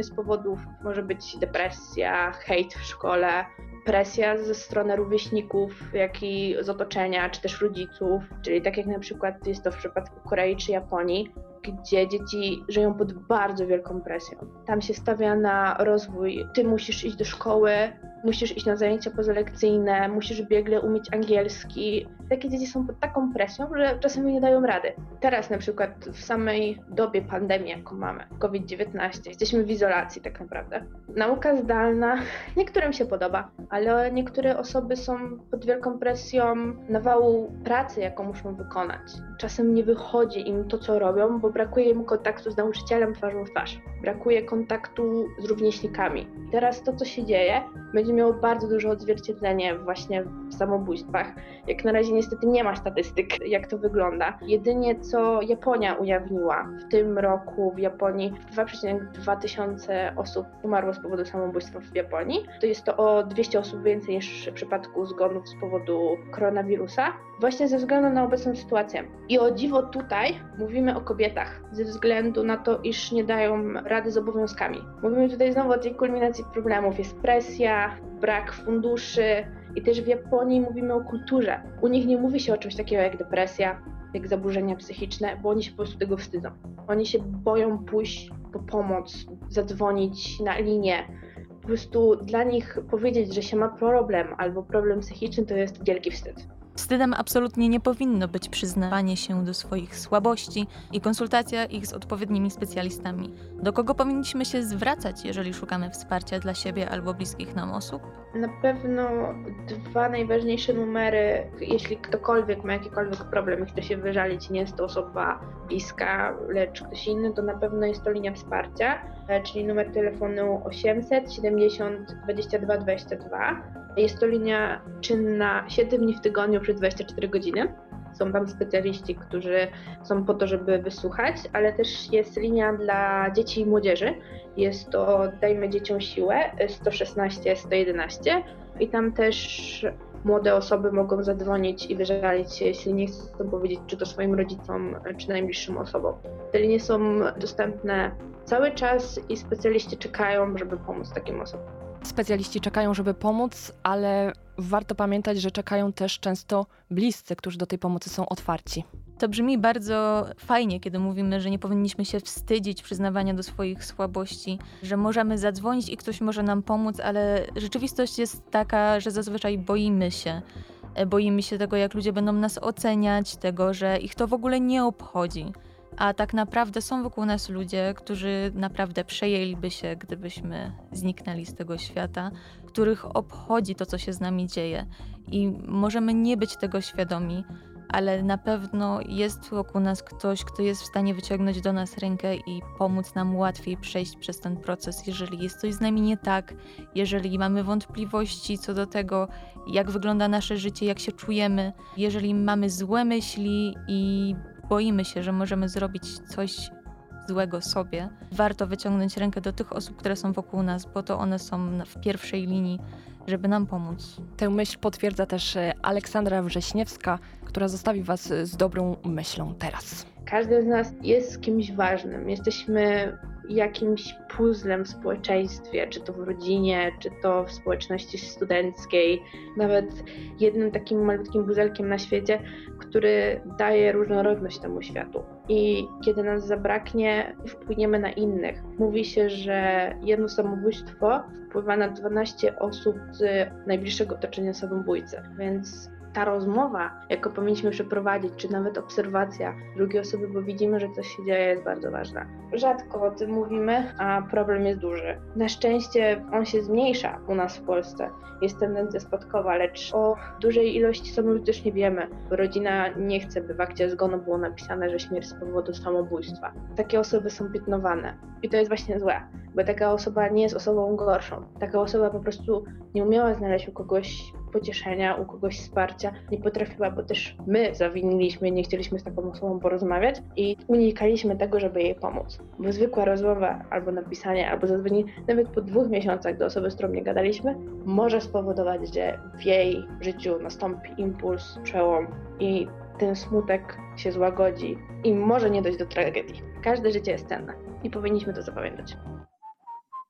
jednym z powodów może być depresja, hejt w szkole, presja ze strony rówieśników, jak i z otoczenia, czy też rodziców, czyli tak jak na przykład jest to w przypadku Korei czy Japonii, gdzie dzieci żyją pod bardzo wielką presją. Tam się stawia na rozwój, ty musisz iść do szkoły, musisz iść na zajęcia pozalekcyjne, musisz biegle umieć angielski. Takie dzieci są pod taką presją, że czasami nie dają rady. Teraz na przykład w samej dobie pandemii, jaką mamy, COVID dziewiętnaście, jesteśmy w izolacji tak naprawdę. Nauka zdalna niektórym się podoba, ale niektóre osoby są pod wielką presją nawału pracy, jaką muszą wykonać. Czasem nie wychodzi im to, co robią, bo brakuje im kontaktu z nauczycielem twarzą w twarz. Brakuje kontaktu z rówieśnikami. Teraz to, co się dzieje, będzie miało bardzo duże odzwierciedlenie właśnie w samobójstwach. Jak na razie niestety nie ma statystyk, jak to wygląda. Jedynie co Japonia ujawniła, w tym roku w Japonii dwa przecinek dwa tysiące osób umarło z powodu samobójstwa w Japonii. To jest to o dwieście osób więcej niż w przypadku zgonów z powodu koronawirusa, właśnie ze względu na obecną sytuację. I o dziwo tutaj mówimy o kobietach, ze względu na to, iż nie dają rady z obowiązkami. Mówimy tutaj znowu o tej kulminacji problemów. Jest presja, brak funduszy i też w Japonii mówimy o kulturze. U nich nie mówi się o czymś takiego jak depresja, jak zaburzenia psychiczne, bo oni się po prostu tego wstydzą. Oni się boją pójść po pomoc, zadzwonić na linię. Po prostu dla nich powiedzieć, że się ma problem albo problem psychiczny, to jest wielki wstyd. Wstydem absolutnie nie powinno być przyznawanie się do swoich słabości i konsultacja ich z odpowiednimi specjalistami. Do kogo powinniśmy się zwracać, jeżeli szukamy wsparcia dla siebie albo bliskich nam osób? Na pewno dwa najważniejsze numery, jeśli ktokolwiek ma jakikolwiek problem i chce się wyżalić, nie jest to osoba bliska, lecz ktoś inny, to na pewno jest to linia wsparcia, czyli numer telefonu osiemset siedemdziesiąt dwadzieścia dwa dwadzieścia dwa. Jest to linia czynna siedem dni w tygodniu przez dwadzieścia cztery godziny. Są tam specjaliści, którzy są po to, żeby wysłuchać, ale też jest linia dla dzieci i młodzieży. Jest to Dajmy Dzieciom Siłę sto szesnaście sto jedenaście i tam też młode osoby mogą zadzwonić i wyżalić się, jeśli nie chcą powiedzieć, czy to swoim rodzicom, czy najbliższym osobom. Te linie są dostępne cały czas i specjaliści czekają, żeby pomóc takim osobom. Specjaliści czekają, żeby pomóc, ale warto pamiętać, że czekają też często bliscy, którzy do tej pomocy są otwarci. To brzmi bardzo fajnie, kiedy mówimy, że nie powinniśmy się wstydzić przyznawania do swoich słabości, że możemy zadzwonić i ktoś może nam pomóc, ale rzeczywistość jest taka, że zazwyczaj boimy się. Boimy się tego, jak ludzie będą nas oceniać, tego, że ich to w ogóle nie obchodzi. A tak naprawdę są wokół nas ludzie, którzy naprawdę przejęliby się, gdybyśmy zniknęli z tego świata, których obchodzi to, co się z nami dzieje. I możemy nie być tego świadomi, ale na pewno jest wokół nas ktoś, kto jest w stanie wyciągnąć do nas rękę i pomóc nam łatwiej przejść przez ten proces, jeżeli jest coś z nami nie tak, jeżeli mamy wątpliwości co do tego, jak wygląda nasze życie, jak się czujemy, jeżeli mamy złe myśli i boimy się, że możemy zrobić coś złego sobie, warto wyciągnąć rękę do tych osób, które są wokół nas, bo to one są w pierwszej linii, żeby nam pomóc. Tę myśl potwierdza też Aleksandra Wrześniewska, która zostawi was z dobrą myślą teraz. Każdy z nas jest kimś ważnym. Jesteśmy jakimś puzzlem w społeczeństwie, czy to w rodzinie, czy to w społeczności studenckiej, nawet jednym takim malutkim puzelkiem na świecie, który daje różnorodność temu światu. I kiedy nas zabraknie, wpłyniemy na innych. Mówi się, że jedno samobójstwo wpływa na dwanaście osób z najbliższego otoczenia samobójcy, więc ta rozmowa, jaką powinniśmy przeprowadzić, czy nawet obserwacja drugiej osoby, bo widzimy, że coś się dzieje, jest bardzo ważna. Rzadko o tym mówimy, a problem jest duży. Na szczęście on się zmniejsza u nas w Polsce. Jest tendencja spadkowa, lecz o dużej ilości samobójstw też nie wiemy. Rodzina nie chce, by w akcie zgonu było napisane, że śmierć z powodu samobójstwa. Takie osoby są piętnowane i to jest właśnie złe, bo taka osoba nie jest osobą gorszą. Taka osoba po prostu nie umiała znaleźć u kogoś pocieszenia, u kogoś wsparcia, nie potrafiła, bo też my zawiniliśmy, nie chcieliśmy z taką osobą porozmawiać i unikaliśmy tego, żeby jej pomóc. Bo zwykła rozmowa, albo napisanie, albo zadzwonienie, nawet po dwóch miesiącach do osoby, z którą nie gadaliśmy, może spowodować, że w jej życiu nastąpi impuls, przełom i ten smutek się złagodzi i może nie dojść do tragedii. Każde życie jest cenne i powinniśmy to zapamiętać.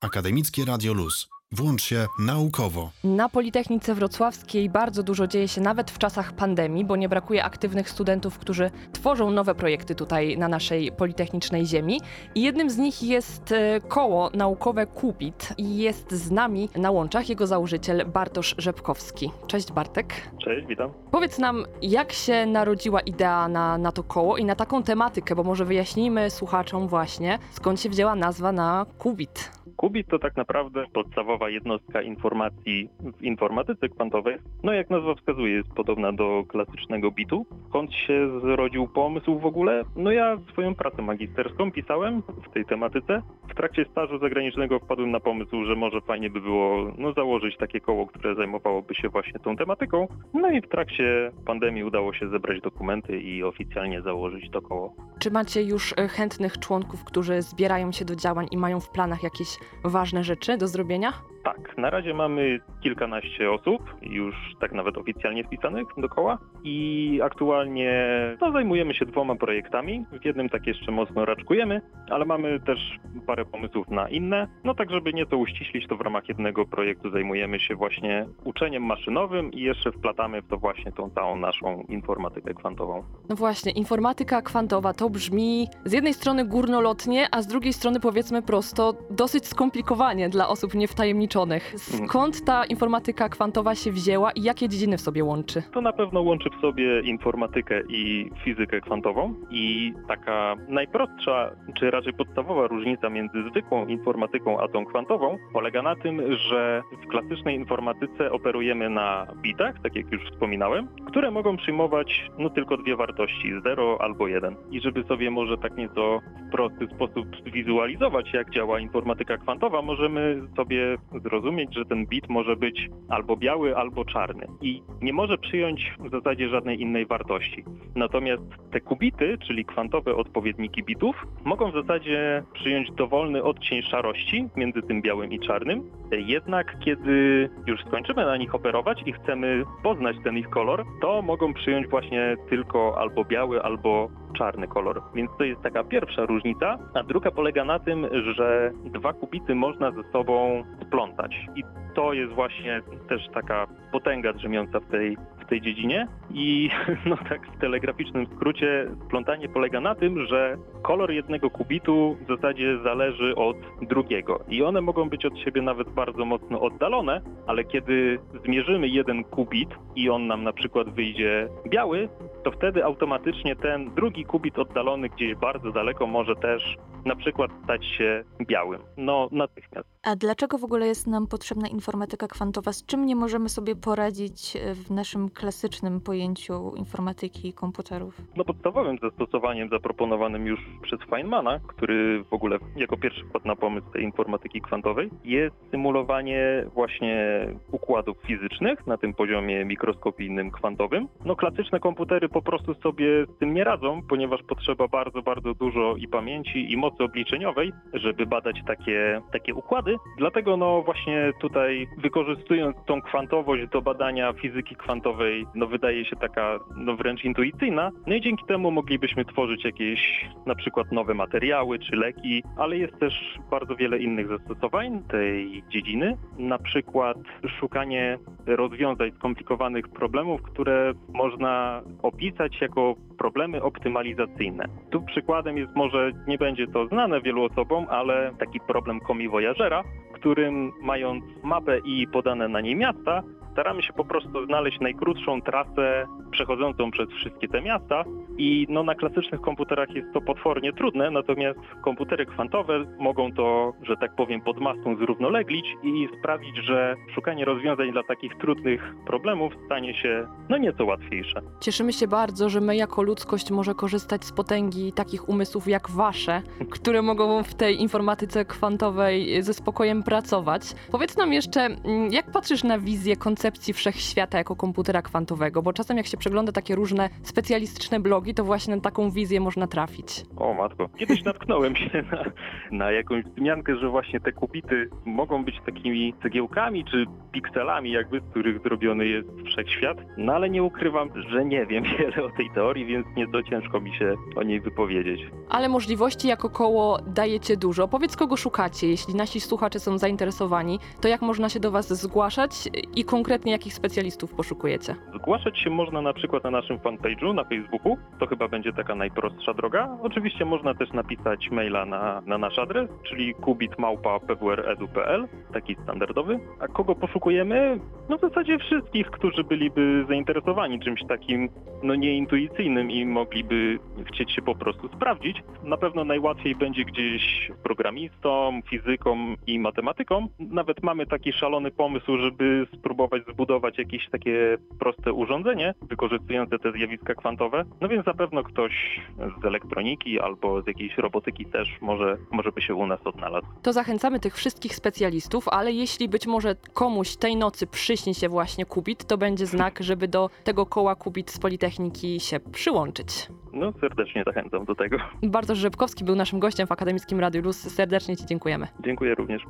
Akademickie Radio Luz. Włącz się naukowo. Na Politechnice Wrocławskiej bardzo dużo dzieje się nawet w czasach pandemii, bo nie brakuje aktywnych studentów, którzy tworzą nowe projekty tutaj na naszej politechnicznej ziemi. I jednym z nich jest koło naukowe KUBIT i jest z nami na łączach jego założyciel Bartosz Rzepkowski. Cześć Bartek. Cześć, witam. Powiedz nam, jak się narodziła idea na, na to koło i na taką tematykę, bo może wyjaśnijmy słuchaczom właśnie, skąd się wzięła nazwa na KUBIT. KUBIT to tak naprawdę podstawowa jednostka informacji w informatyce kwantowej. No jak nazwa wskazuje, jest podobna do klasycznego bitu. Skąd się zrodził pomysł w ogóle? No ja swoją pracę magisterską pisałem w tej tematyce. W trakcie stażu zagranicznego wpadłem na pomysł, że może fajnie by było no, założyć takie koło, które zajmowałoby się właśnie tą tematyką. No i w trakcie pandemii udało się zebrać dokumenty i oficjalnie założyć to koło. Czy macie już chętnych członków, którzy zbierają się do działań i mają w planach jakieś ważne rzeczy do zrobienia? Tak, na razie mamy kilkanaście osób, już tak nawet oficjalnie wpisanych do koła i aktualnie no, zajmujemy się dwoma projektami. W jednym tak jeszcze mocno raczkujemy, ale mamy też parę pomysłów na inne. No tak, żeby nieco uściślić, to w ramach jednego projektu zajmujemy się właśnie uczeniem maszynowym i jeszcze wplatamy w to właśnie tą całą naszą informatykę kwantową. No właśnie, informatyka kwantowa to brzmi z jednej strony górnolotnie, a z drugiej strony powiedzmy prosto dosyć skomplikowanie dla osób niewtajemniczonych. Skąd ta informatyka kwantowa się wzięła i jakie dziedziny w sobie łączy? To na pewno łączy w sobie informatykę i fizykę kwantową i taka najprostsza, czy raczej podstawowa różnica między zwykłą informatyką a tą kwantową polega na tym, że w klasycznej informatyce operujemy na bitach, tak jak już wspominałem, które mogą przyjmować no tylko dwie wartości, zero albo jeden. I żeby sobie może tak nieco w prosty sposób zwizualizować, jak działa informatyka kwantowa, możemy sobie zrozumieć, że ten bit może być albo biały, albo czarny i nie może przyjąć w zasadzie żadnej innej wartości. Natomiast te kubity, czyli kwantowe odpowiedniki bitów, mogą w zasadzie przyjąć dowolny odcień szarości między tym białym i czarnym. Jednak kiedy już skończymy na nich operować i chcemy poznać ten ich kolor, to mogą przyjąć właśnie tylko albo biały, albo czarny kolor. Więc to jest taka pierwsza różnica, a druga polega na tym, że dwa kubity można ze sobą splątać. I to jest właśnie też taka potęga drzemiąca w tej, w tej dziedzinie. I no tak w telegraficznym skrócie splątanie polega na tym, że kolor jednego kubitu w zasadzie zależy od drugiego. I one mogą być od siebie nawet bardzo mocno oddalone, ale kiedy zmierzymy jeden kubit i on nam na przykład wyjdzie biały, to wtedy automatycznie ten drugi kubit oddalony gdzieś bardzo daleko może też na przykład stać się białym. No natychmiast. A dlaczego w ogóle jest nam potrzebna informatyka kwantowa? Z czym nie możemy sobie poradzić w naszym klasycznym pojęciu informatyki i komputerów? No podstawowym zastosowaniem zaproponowanym już przez Feynmana, który w ogóle jako pierwszy wpadł na pomysł tej informatyki kwantowej, jest symulowanie właśnie układów fizycznych na tym poziomie mikroskopijnym kwantowym. No klasyczne komputery po prostu sobie z tym nie radzą, ponieważ potrzeba bardzo, bardzo dużo i pamięci, i mocy obliczeniowej, żeby badać takie, takie układy. Dlatego no właśnie tutaj wykorzystując tą kwantowość do badania fizyki kwantowej, no wydaje się taka no wręcz intuicyjna. No i dzięki temu moglibyśmy tworzyć jakieś na przykład nowe materiały czy leki, ale jest też bardzo wiele innych zastosowań tej dziedziny. Na przykład szukanie rozwiązań skomplikowanych problemów, które można opisać jako problemy optymalizacyjne. Tu przykładem jest, może nie będzie to znane wielu osobom, ale taki problem komiwojażera, w którym mając mapę i podane na niej miasta, staramy się po prostu znaleźć najkrótszą trasę przechodzącą przez wszystkie te miasta i no, na klasycznych komputerach jest to potwornie trudne, natomiast komputery kwantowe mogą to, że tak powiem, pod maską zrównoleglić i sprawić, że szukanie rozwiązań dla takich trudnych problemów stanie się no nieco łatwiejsze. Cieszymy się bardzo, że my jako ludzkość może korzystać z potęgi takich umysłów jak wasze, które mogą w tej informatyce kwantowej ze spokojem pracować. Powiedz nam jeszcze, jak patrzysz na wizję koncepcji wszechświata jako komputera kwantowego, bo czasem jak się przegląda takie różne specjalistyczne blogi, to właśnie na taką wizję można trafić. O matko, kiedyś natknąłem się na, na jakąś wzmiankę, że właśnie te kubity mogą być takimi cegiełkami czy pikselami jakby, z których zrobiony jest wszechświat, no ale nie ukrywam, że nie wiem wiele o tej teorii, więc nieco ciężko mi się o niej wypowiedzieć. Ale możliwości jako koło dajecie dużo. Powiedz, kogo szukacie, jeśli nasi słuchacze są zainteresowani, to jak można się do was zgłaszać i konkretnie jakich specjalistów poszukujecie? Zgłaszać się można na przykład na naszym fanpage'u na Facebooku, to chyba będzie taka najprostsza droga. Oczywiście można też napisać maila na, na nasz adres, czyli kubit małpa p w r kropka e d u kropka p l, taki standardowy. A kogo poszukujemy? No w zasadzie wszystkich, którzy byliby zainteresowani czymś takim no nieintuicyjnym i mogliby chcieć się po prostu sprawdzić. Na pewno najłatwiej będzie gdzieś programistom, fizykom i matematykom. Nawet mamy taki szalony pomysł, żeby spróbować zbudować jakieś takie proste urządzenie wykorzystujące te zjawiska kwantowe. No więc na pewno ktoś z elektroniki albo z jakiejś robotyki też może, może by się u nas odnalazł. To zachęcamy tych wszystkich specjalistów, ale jeśli być może komuś tej nocy przyśni się właśnie qubit, to będzie znak, żeby do tego koła qubit z Politechniki się przyłączyć. No serdecznie zachęcam do tego. Bartosz Rzepkowski był naszym gościem w Akademickim Radiu Luz. Serdecznie ci dziękujemy. Dziękuję również.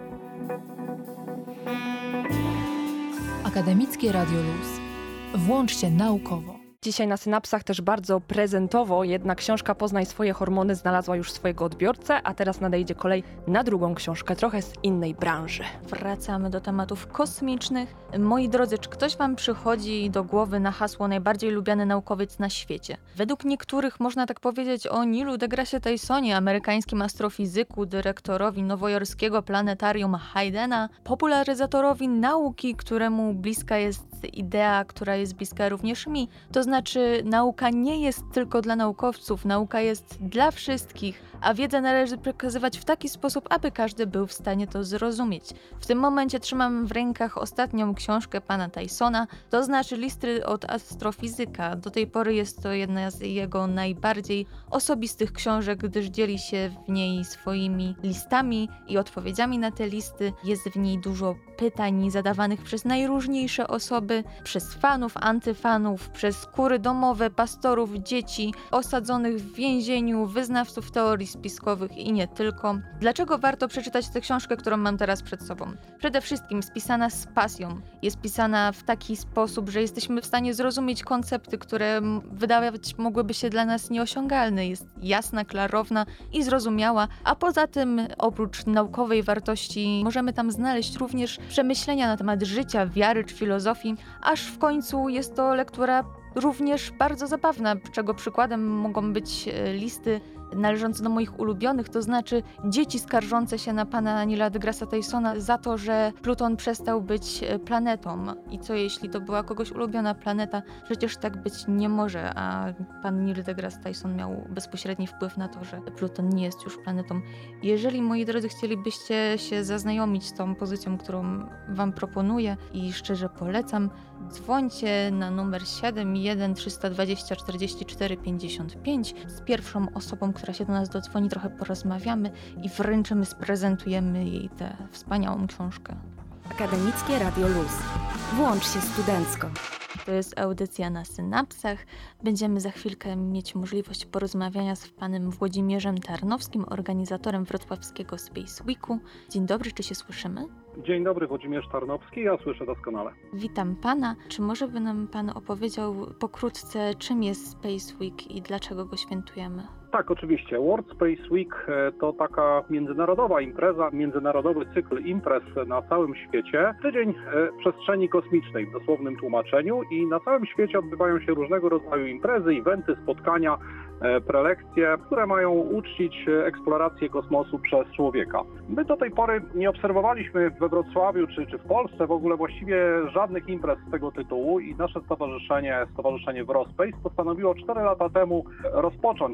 Akademickie Radio Luz. Włącz się naukowo. Dzisiaj na Synapsach też bardzo prezentowo, jednak książka Poznaj swoje hormony znalazła już swojego odbiorcę, a teraz nadejdzie kolej na drugą książkę, trochę z innej branży. Wracamy do tematów kosmicznych. Moi drodzy, czy ktoś wam przychodzi do głowy na hasło najbardziej lubiany naukowiec na świecie? Według niektórych można tak powiedzieć o Neilu deGrasse Tysonie, amerykańskim astrofizyku, dyrektorowi nowojorskiego planetarium Haydena, popularyzatorowi nauki, któremu bliska jest idea, która jest bliska również mi. To znaczy, nauka nie jest tylko dla naukowców, nauka jest dla wszystkich, a wiedzę należy przekazywać w taki sposób, aby każdy był w stanie to zrozumieć. W tym momencie trzymam w rękach ostatnią książkę pana Tysona, to znaczy Listy od astrofizyka. Do tej pory jest to jedna z jego najbardziej osobistych książek, gdyż dzieli się w niej swoimi listami i odpowiedziami na te listy. Jest w niej dużo pytań zadawanych przez najróżniejsze osoby, przez fanów, antyfanów, przez kury domowe, pastorów, dzieci, osadzonych w więzieniu, wyznawców teorii spiskowych i nie tylko. Dlaczego warto przeczytać tę książkę, którą mam teraz przed sobą? Przede wszystkim spisana z pasją. Jest pisana w taki sposób, że jesteśmy w stanie zrozumieć koncepty, które wydawać mogłyby się dla nas nieosiągalne. Jest jasna, klarowna i zrozumiała, a poza tym oprócz naukowej wartości możemy tam znaleźć również przemyślenia na temat życia, wiary czy filozofii, aż w końcu jest to lektura również bardzo zabawna, czego przykładem mogą być listy należące do moich ulubionych, to znaczy dzieci skarżące się na pana Neila deGrasse Tysona za to, że Pluton przestał być planetą. I co jeśli to była kogoś ulubiona planeta? Przecież tak być nie może, a pan Neil deGrasse Tyson miał bezpośredni wpływ na to, że Pluton nie jest już planetą. Jeżeli, moi drodzy, chcielibyście się zaznajomić z tą pozycją, którą wam proponuję i szczerze polecam, dzwońcie na numer siedem jeden trzy dwa zero cztery cztery pięćdziesiąt pięć z pierwszą osobą, która się do nas dodzwoni, trochę porozmawiamy i wręczymy, sprezentujemy jej tę wspaniałą książkę. Akademickie Radio Luz. Włącz się studencko. To jest audycja na Synapsach. Będziemy za chwilkę mieć możliwość porozmawiania z panem Włodzimierzem Tarnowskim, organizatorem wrocławskiego Space Weeku. Dzień dobry, czy się słyszymy? Dzień dobry, Włodzimierz Tarnowski, ja słyszę doskonale. Witam pana. Czy może by nam pan opowiedział pokrótce, czym jest Space Week i dlaczego go świętujemy? Tak, oczywiście. World Space Week to taka międzynarodowa impreza, międzynarodowy cykl imprez na całym świecie. Tydzień przestrzeni kosmicznej w dosłownym tłumaczeniu i na całym świecie odbywają się różnego rodzaju imprezy, eventy, spotkania, prelekcje, które mają uczcić eksplorację kosmosu przez człowieka. My do tej pory nie obserwowaliśmy we Wrocławiu czy, czy w Polsce w ogóle właściwie żadnych imprez z tego tytułu i nasze stowarzyszenie, Stowarzyszenie WROSpace postanowiło cztery lata temu rozpocząć święto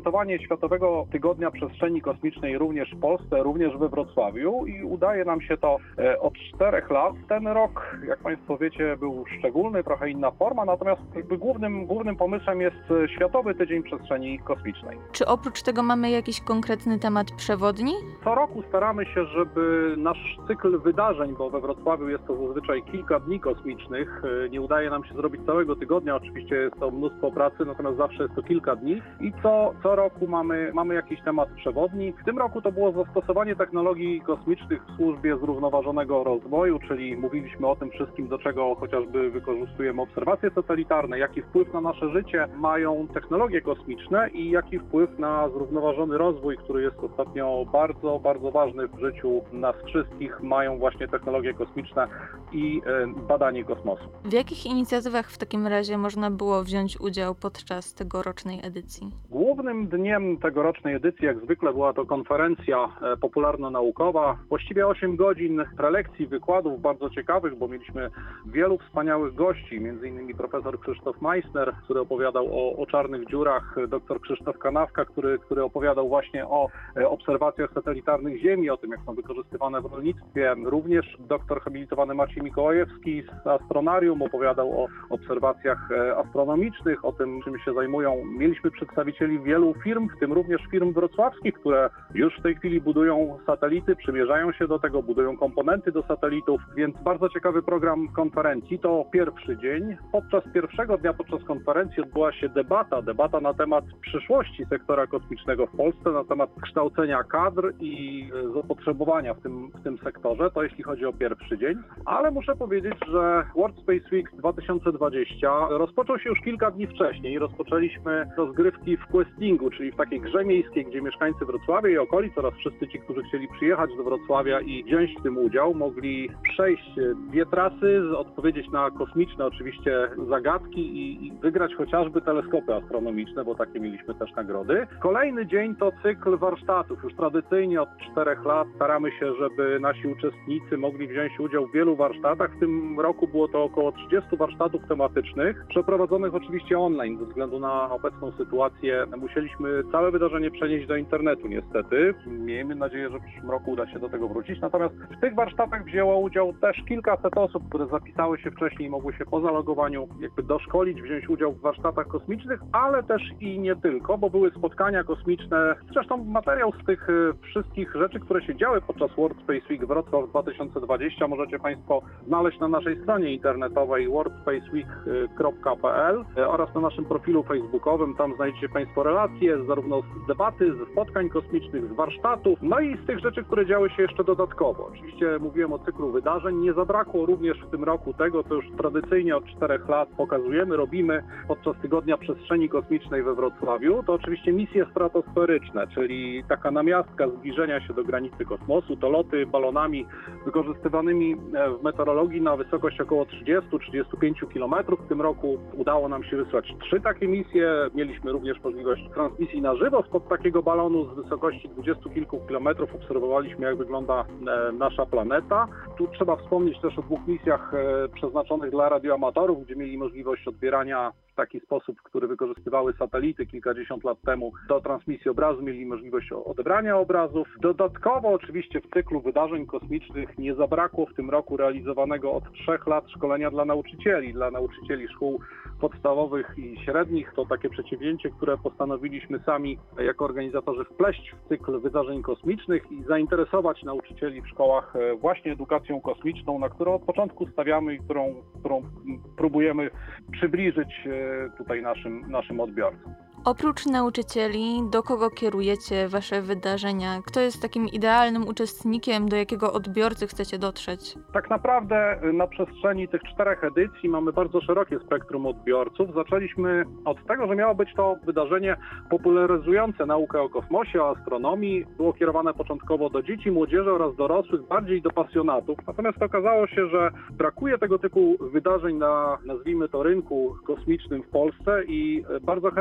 przygotowanie Światowego Tygodnia Przestrzeni Kosmicznej również w Polsce, również we Wrocławiu i udaje nam się to od czterech lat. Ten rok, jak Państwo wiecie, był szczególny, trochę inna forma, natomiast jakby głównym, głównym pomysłem jest Światowy Tydzień Przestrzeni Kosmicznej. Czy oprócz tego mamy jakiś konkretny temat przewodni? Co roku staramy się, żeby nasz cykl wydarzeń, bo we Wrocławiu jest to zazwyczaj kilka dni kosmicznych, nie udaje nam się zrobić całego tygodnia, oczywiście jest to mnóstwo pracy, natomiast zawsze jest to kilka dni i co, co roku mamy, mamy jakiś temat przewodni. W tym roku to było zastosowanie technologii kosmicznych w służbie zrównoważonego rozwoju, czyli mówiliśmy o tym wszystkim, do czego chociażby wykorzystujemy obserwacje satelitarne, jaki wpływ na nasze życie mają technologie kosmiczne i jaki wpływ na zrównoważony rozwój, który jest ostatnio bardzo, bardzo ważny w życiu nas wszystkich, mają właśnie technologie kosmiczne i badanie kosmosu. W jakich inicjatywach w takim razie można było wziąć udział podczas tegorocznej edycji? Głównym dniem tegorocznej edycji, jak zwykle, była to konferencja popularno-naukowa. Właściwie osiem godzin prelekcji, wykładów bardzo ciekawych, bo mieliśmy wielu wspaniałych gości, między innymi profesor Krzysztof Meissner, który opowiadał o, o czarnych dziurach, doktor Krzysztof Kanawka, który, który opowiadał właśnie o obserwacjach satelitarnych Ziemi, o tym, jak są wykorzystywane w rolnictwie. Również doktor habilitowany Maciej Mikołajewski z Astronarium opowiadał o obserwacjach astronomicznych, o tym, czym się zajmują. Mieliśmy przedstawicieli wielu firm, w tym również firm wrocławskich, które już w tej chwili budują satelity, przymierzają się do tego, budują komponenty do satelitów, więc bardzo ciekawy program konferencji. To pierwszy dzień. Podczas pierwszego dnia, podczas konferencji odbyła się debata, debata na temat przyszłości sektora kosmicznego w Polsce, na temat kształcenia kadr i zapotrzebowania w tym, w tym sektorze, to jeśli chodzi o pierwszy dzień. Ale muszę powiedzieć, że World Space Week dwa tysiące dwadzieścia rozpoczął się już kilka dni wcześniej. Rozpoczęliśmy rozgrywki w questingu, czyli w takiej grze miejskiej, gdzie mieszkańcy Wrocławia i okolic oraz wszyscy ci, którzy chcieli przyjechać do Wrocławia i wziąć w tym udział, mogli przejść dwie trasy, odpowiedzieć na kosmiczne oczywiście zagadki i, i wygrać chociażby teleskopy astronomiczne, bo takie mieliśmy też nagrody. Kolejny dzień to cykl warsztatów. Już tradycyjnie od czterech lat staramy się, żeby nasi uczestnicy mogli wziąć udział w wielu warsztatach. W tym roku było to około trzydziestu warsztatów tematycznych, przeprowadzonych oczywiście online. Ze względu na obecną sytuację musieliśmy całe wydarzenie przenieść do internetu niestety. Miejmy nadzieję, że w przyszłym roku uda się do tego wrócić. Natomiast w tych warsztatach wzięło udział też kilkaset osób, które zapisały się wcześniej i mogły się po zalogowaniu jakby doszkolić, wziąć udział w warsztatach kosmicznych, ale też i nie tylko, bo były spotkania kosmiczne. Zresztą materiał z tych wszystkich rzeczy, które się działy podczas World Space Week Wrocław dwa tysiące dwadzieścia możecie Państwo znaleźć na naszej stronie internetowej world space week kropka p l oraz na naszym profilu facebookowym. Tam znajdziecie Państwo relacje zarówno z debaty, ze spotkań kosmicznych, z warsztatów, no i z tych rzeczy, które działy się jeszcze dodatkowo. Oczywiście mówiłem o cyklu wydarzeń. Nie zabrakło również w tym roku tego, co już tradycyjnie od czterech lat pokazujemy, robimy podczas Tygodnia Przestrzeni Kosmicznej we Wrocławiu. To oczywiście misje stratosferyczne, czyli taka namiastka zbliżenia się do granicy kosmosu. To loty balonami wykorzystywanymi w meteorologii na wysokość około trzydziestu do trzydziestu pięciu kilometrów. W tym roku udało nam się wysłać trzy takie misje. Mieliśmy również możliwość transmisji na żywo spod takiego balonu z wysokości dwudziestu kilku kilometrów. Obserwowaliśmy, jak wygląda nasza planeta. Tu trzeba wspomnieć też o dwóch misjach przeznaczonych dla radioamatorów, gdzie mieli możliwość odbierania w taki sposób, który wykorzystywały satelity kilkadziesiąt lat temu do transmisji obrazu, mieli możliwość odebrania obrazów. Dodatkowo oczywiście w cyklu wydarzeń kosmicznych nie zabrakło w tym roku realizowanego od trzech lat szkolenia dla nauczycieli, dla nauczycieli szkół podstawowych i średnich. To takie przedsięwzięcie, które postanowiliśmy sami jako organizatorzy wpleść w cykl wydarzeń kosmicznych i zainteresować nauczycieli w szkołach właśnie edukacją kosmiczną, na którą od początku stawiamy i którą, którą próbujemy przybliżyć tutaj naszym, naszym odbiorcom. Oprócz nauczycieli, do kogo kierujecie wasze wydarzenia? Kto jest takim idealnym uczestnikiem, do jakiego odbiorcy chcecie dotrzeć? Tak naprawdę na przestrzeni tych czterech edycji mamy bardzo szerokie spektrum odbiorców. Zaczęliśmy od tego, że miało być to wydarzenie popularyzujące naukę o kosmosie, o astronomii. Było kierowane początkowo do dzieci, młodzieży oraz dorosłych, bardziej do pasjonatów. Natomiast okazało się, że brakuje tego typu wydarzeń na, nazwijmy to, rynku kosmicznym w Polsce i bardzo chętnie dołączyliśmy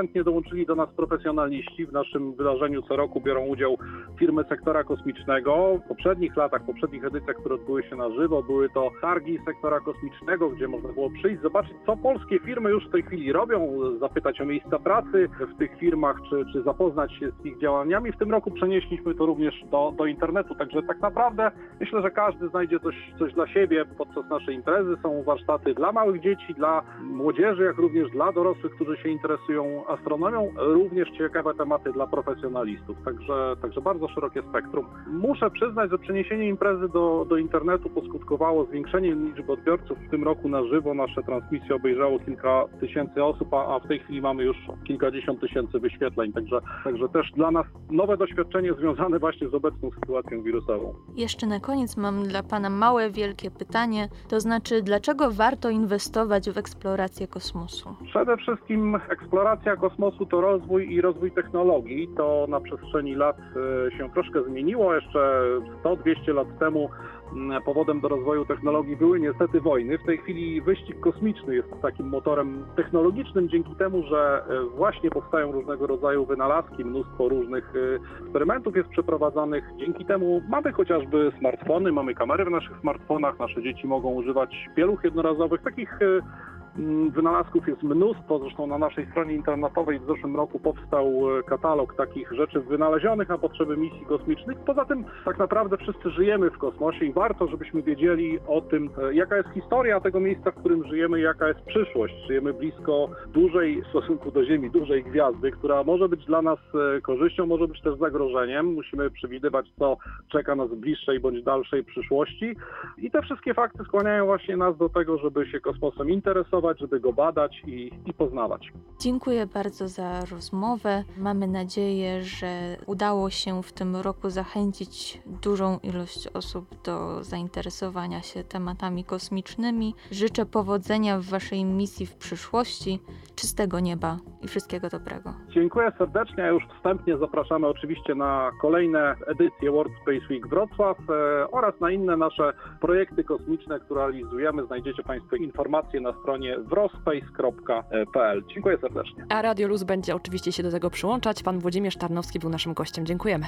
dołączyli do nas profesjonaliści. W naszym wydarzeniu co roku biorą udział firmy sektora kosmicznego. W poprzednich latach, w poprzednich edycjach, które odbyły się na żywo, były to targi sektora kosmicznego, gdzie można było przyjść, zobaczyć, co polskie firmy już w tej chwili robią, zapytać o miejsca pracy w tych firmach, czy, czy zapoznać się z ich działaniami. W tym roku przenieśliśmy to również do, do internetu, także tak naprawdę myślę, że każdy znajdzie coś, coś dla siebie podczas naszej imprezy. Są warsztaty dla małych dzieci, dla młodzieży, jak również dla dorosłych, którzy się interesują astronomią, również ciekawe tematy dla profesjonalistów, także, także bardzo szerokie spektrum. Muszę przyznać, że przeniesienie imprezy do, do internetu poskutkowało zwiększeniem liczby odbiorców. W tym roku na żywo nasze transmisje obejrzało kilka tysięcy osób, a, a w tej chwili mamy już kilkadziesiąt tysięcy wyświetleń, także, także też dla nas nowe doświadczenie związane właśnie z obecną sytuacją wirusową. Jeszcze na koniec mam dla Pana małe, wielkie pytanie, to znaczy dlaczego warto inwestować w eksplorację kosmosu? Przede wszystkim eksploracja kosmosu to rozwój i rozwój technologii. To na przestrzeni lat się troszkę zmieniło. Jeszcze sto dwieście lat temu powodem do rozwoju technologii były niestety wojny. W tej chwili wyścig kosmiczny jest takim motorem technologicznym dzięki temu, że właśnie powstają różnego rodzaju wynalazki, mnóstwo różnych eksperymentów jest przeprowadzanych. Dzięki temu mamy chociażby smartfony, mamy kamery w naszych smartfonach, nasze dzieci mogą używać pieluch jednorazowych. Takich wynalazków jest mnóstwo, zresztą na naszej stronie internetowej w zeszłym roku powstał katalog takich rzeczy wynalezionych na potrzeby misji kosmicznych. Poza tym tak naprawdę wszyscy żyjemy w kosmosie i warto, żebyśmy wiedzieli o tym, jaka jest historia tego miejsca, w którym żyjemy, jaka jest przyszłość. Żyjemy blisko dużej, w stosunku do Ziemi, dużej gwiazdy, która może być dla nas korzyścią, może być też zagrożeniem. Musimy przewidywać, co czeka nas w bliższej bądź dalszej przyszłości. I te wszystkie fakty skłaniają właśnie nas do tego, żeby się kosmosem interesować, żeby go badać i, i poznawać. Dziękuję bardzo za rozmowę. Mamy nadzieję, że udało się w tym roku zachęcić dużą ilość osób do zainteresowania się tematami kosmicznymi. Życzę powodzenia w Waszej misji w przyszłości, czystego nieba i wszystkiego dobrego. Dziękuję serdecznie. Już wstępnie zapraszamy oczywiście na kolejne edycje World Space Week Wrocław e, oraz na inne nasze projekty kosmiczne, które realizujemy. Znajdziecie Państwo informacje na stronie wrospace kropka p l. Dziękuję serdecznie. A Radio Luz będzie oczywiście się do tego przyłączać. Pan Włodzimierz Tarnowski był naszym gościem. Dziękujemy.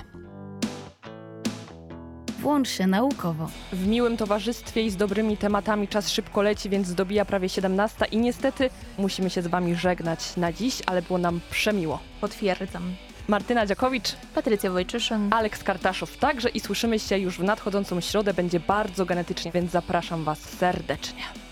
Włącz się naukowo. W miłym towarzystwie i z dobrymi tematami czas szybko leci, więc dobija prawie siedemnasta i niestety musimy się z Wami żegnać na dziś, ale było nam przemiło. Potwierdzam. Martyna Dziakowicz, Patrycja Wojczyszyn, Aleks Kartaszow także i słyszymy się już w nadchodzącą środę. Będzie bardzo genetycznie, więc zapraszam Was serdecznie.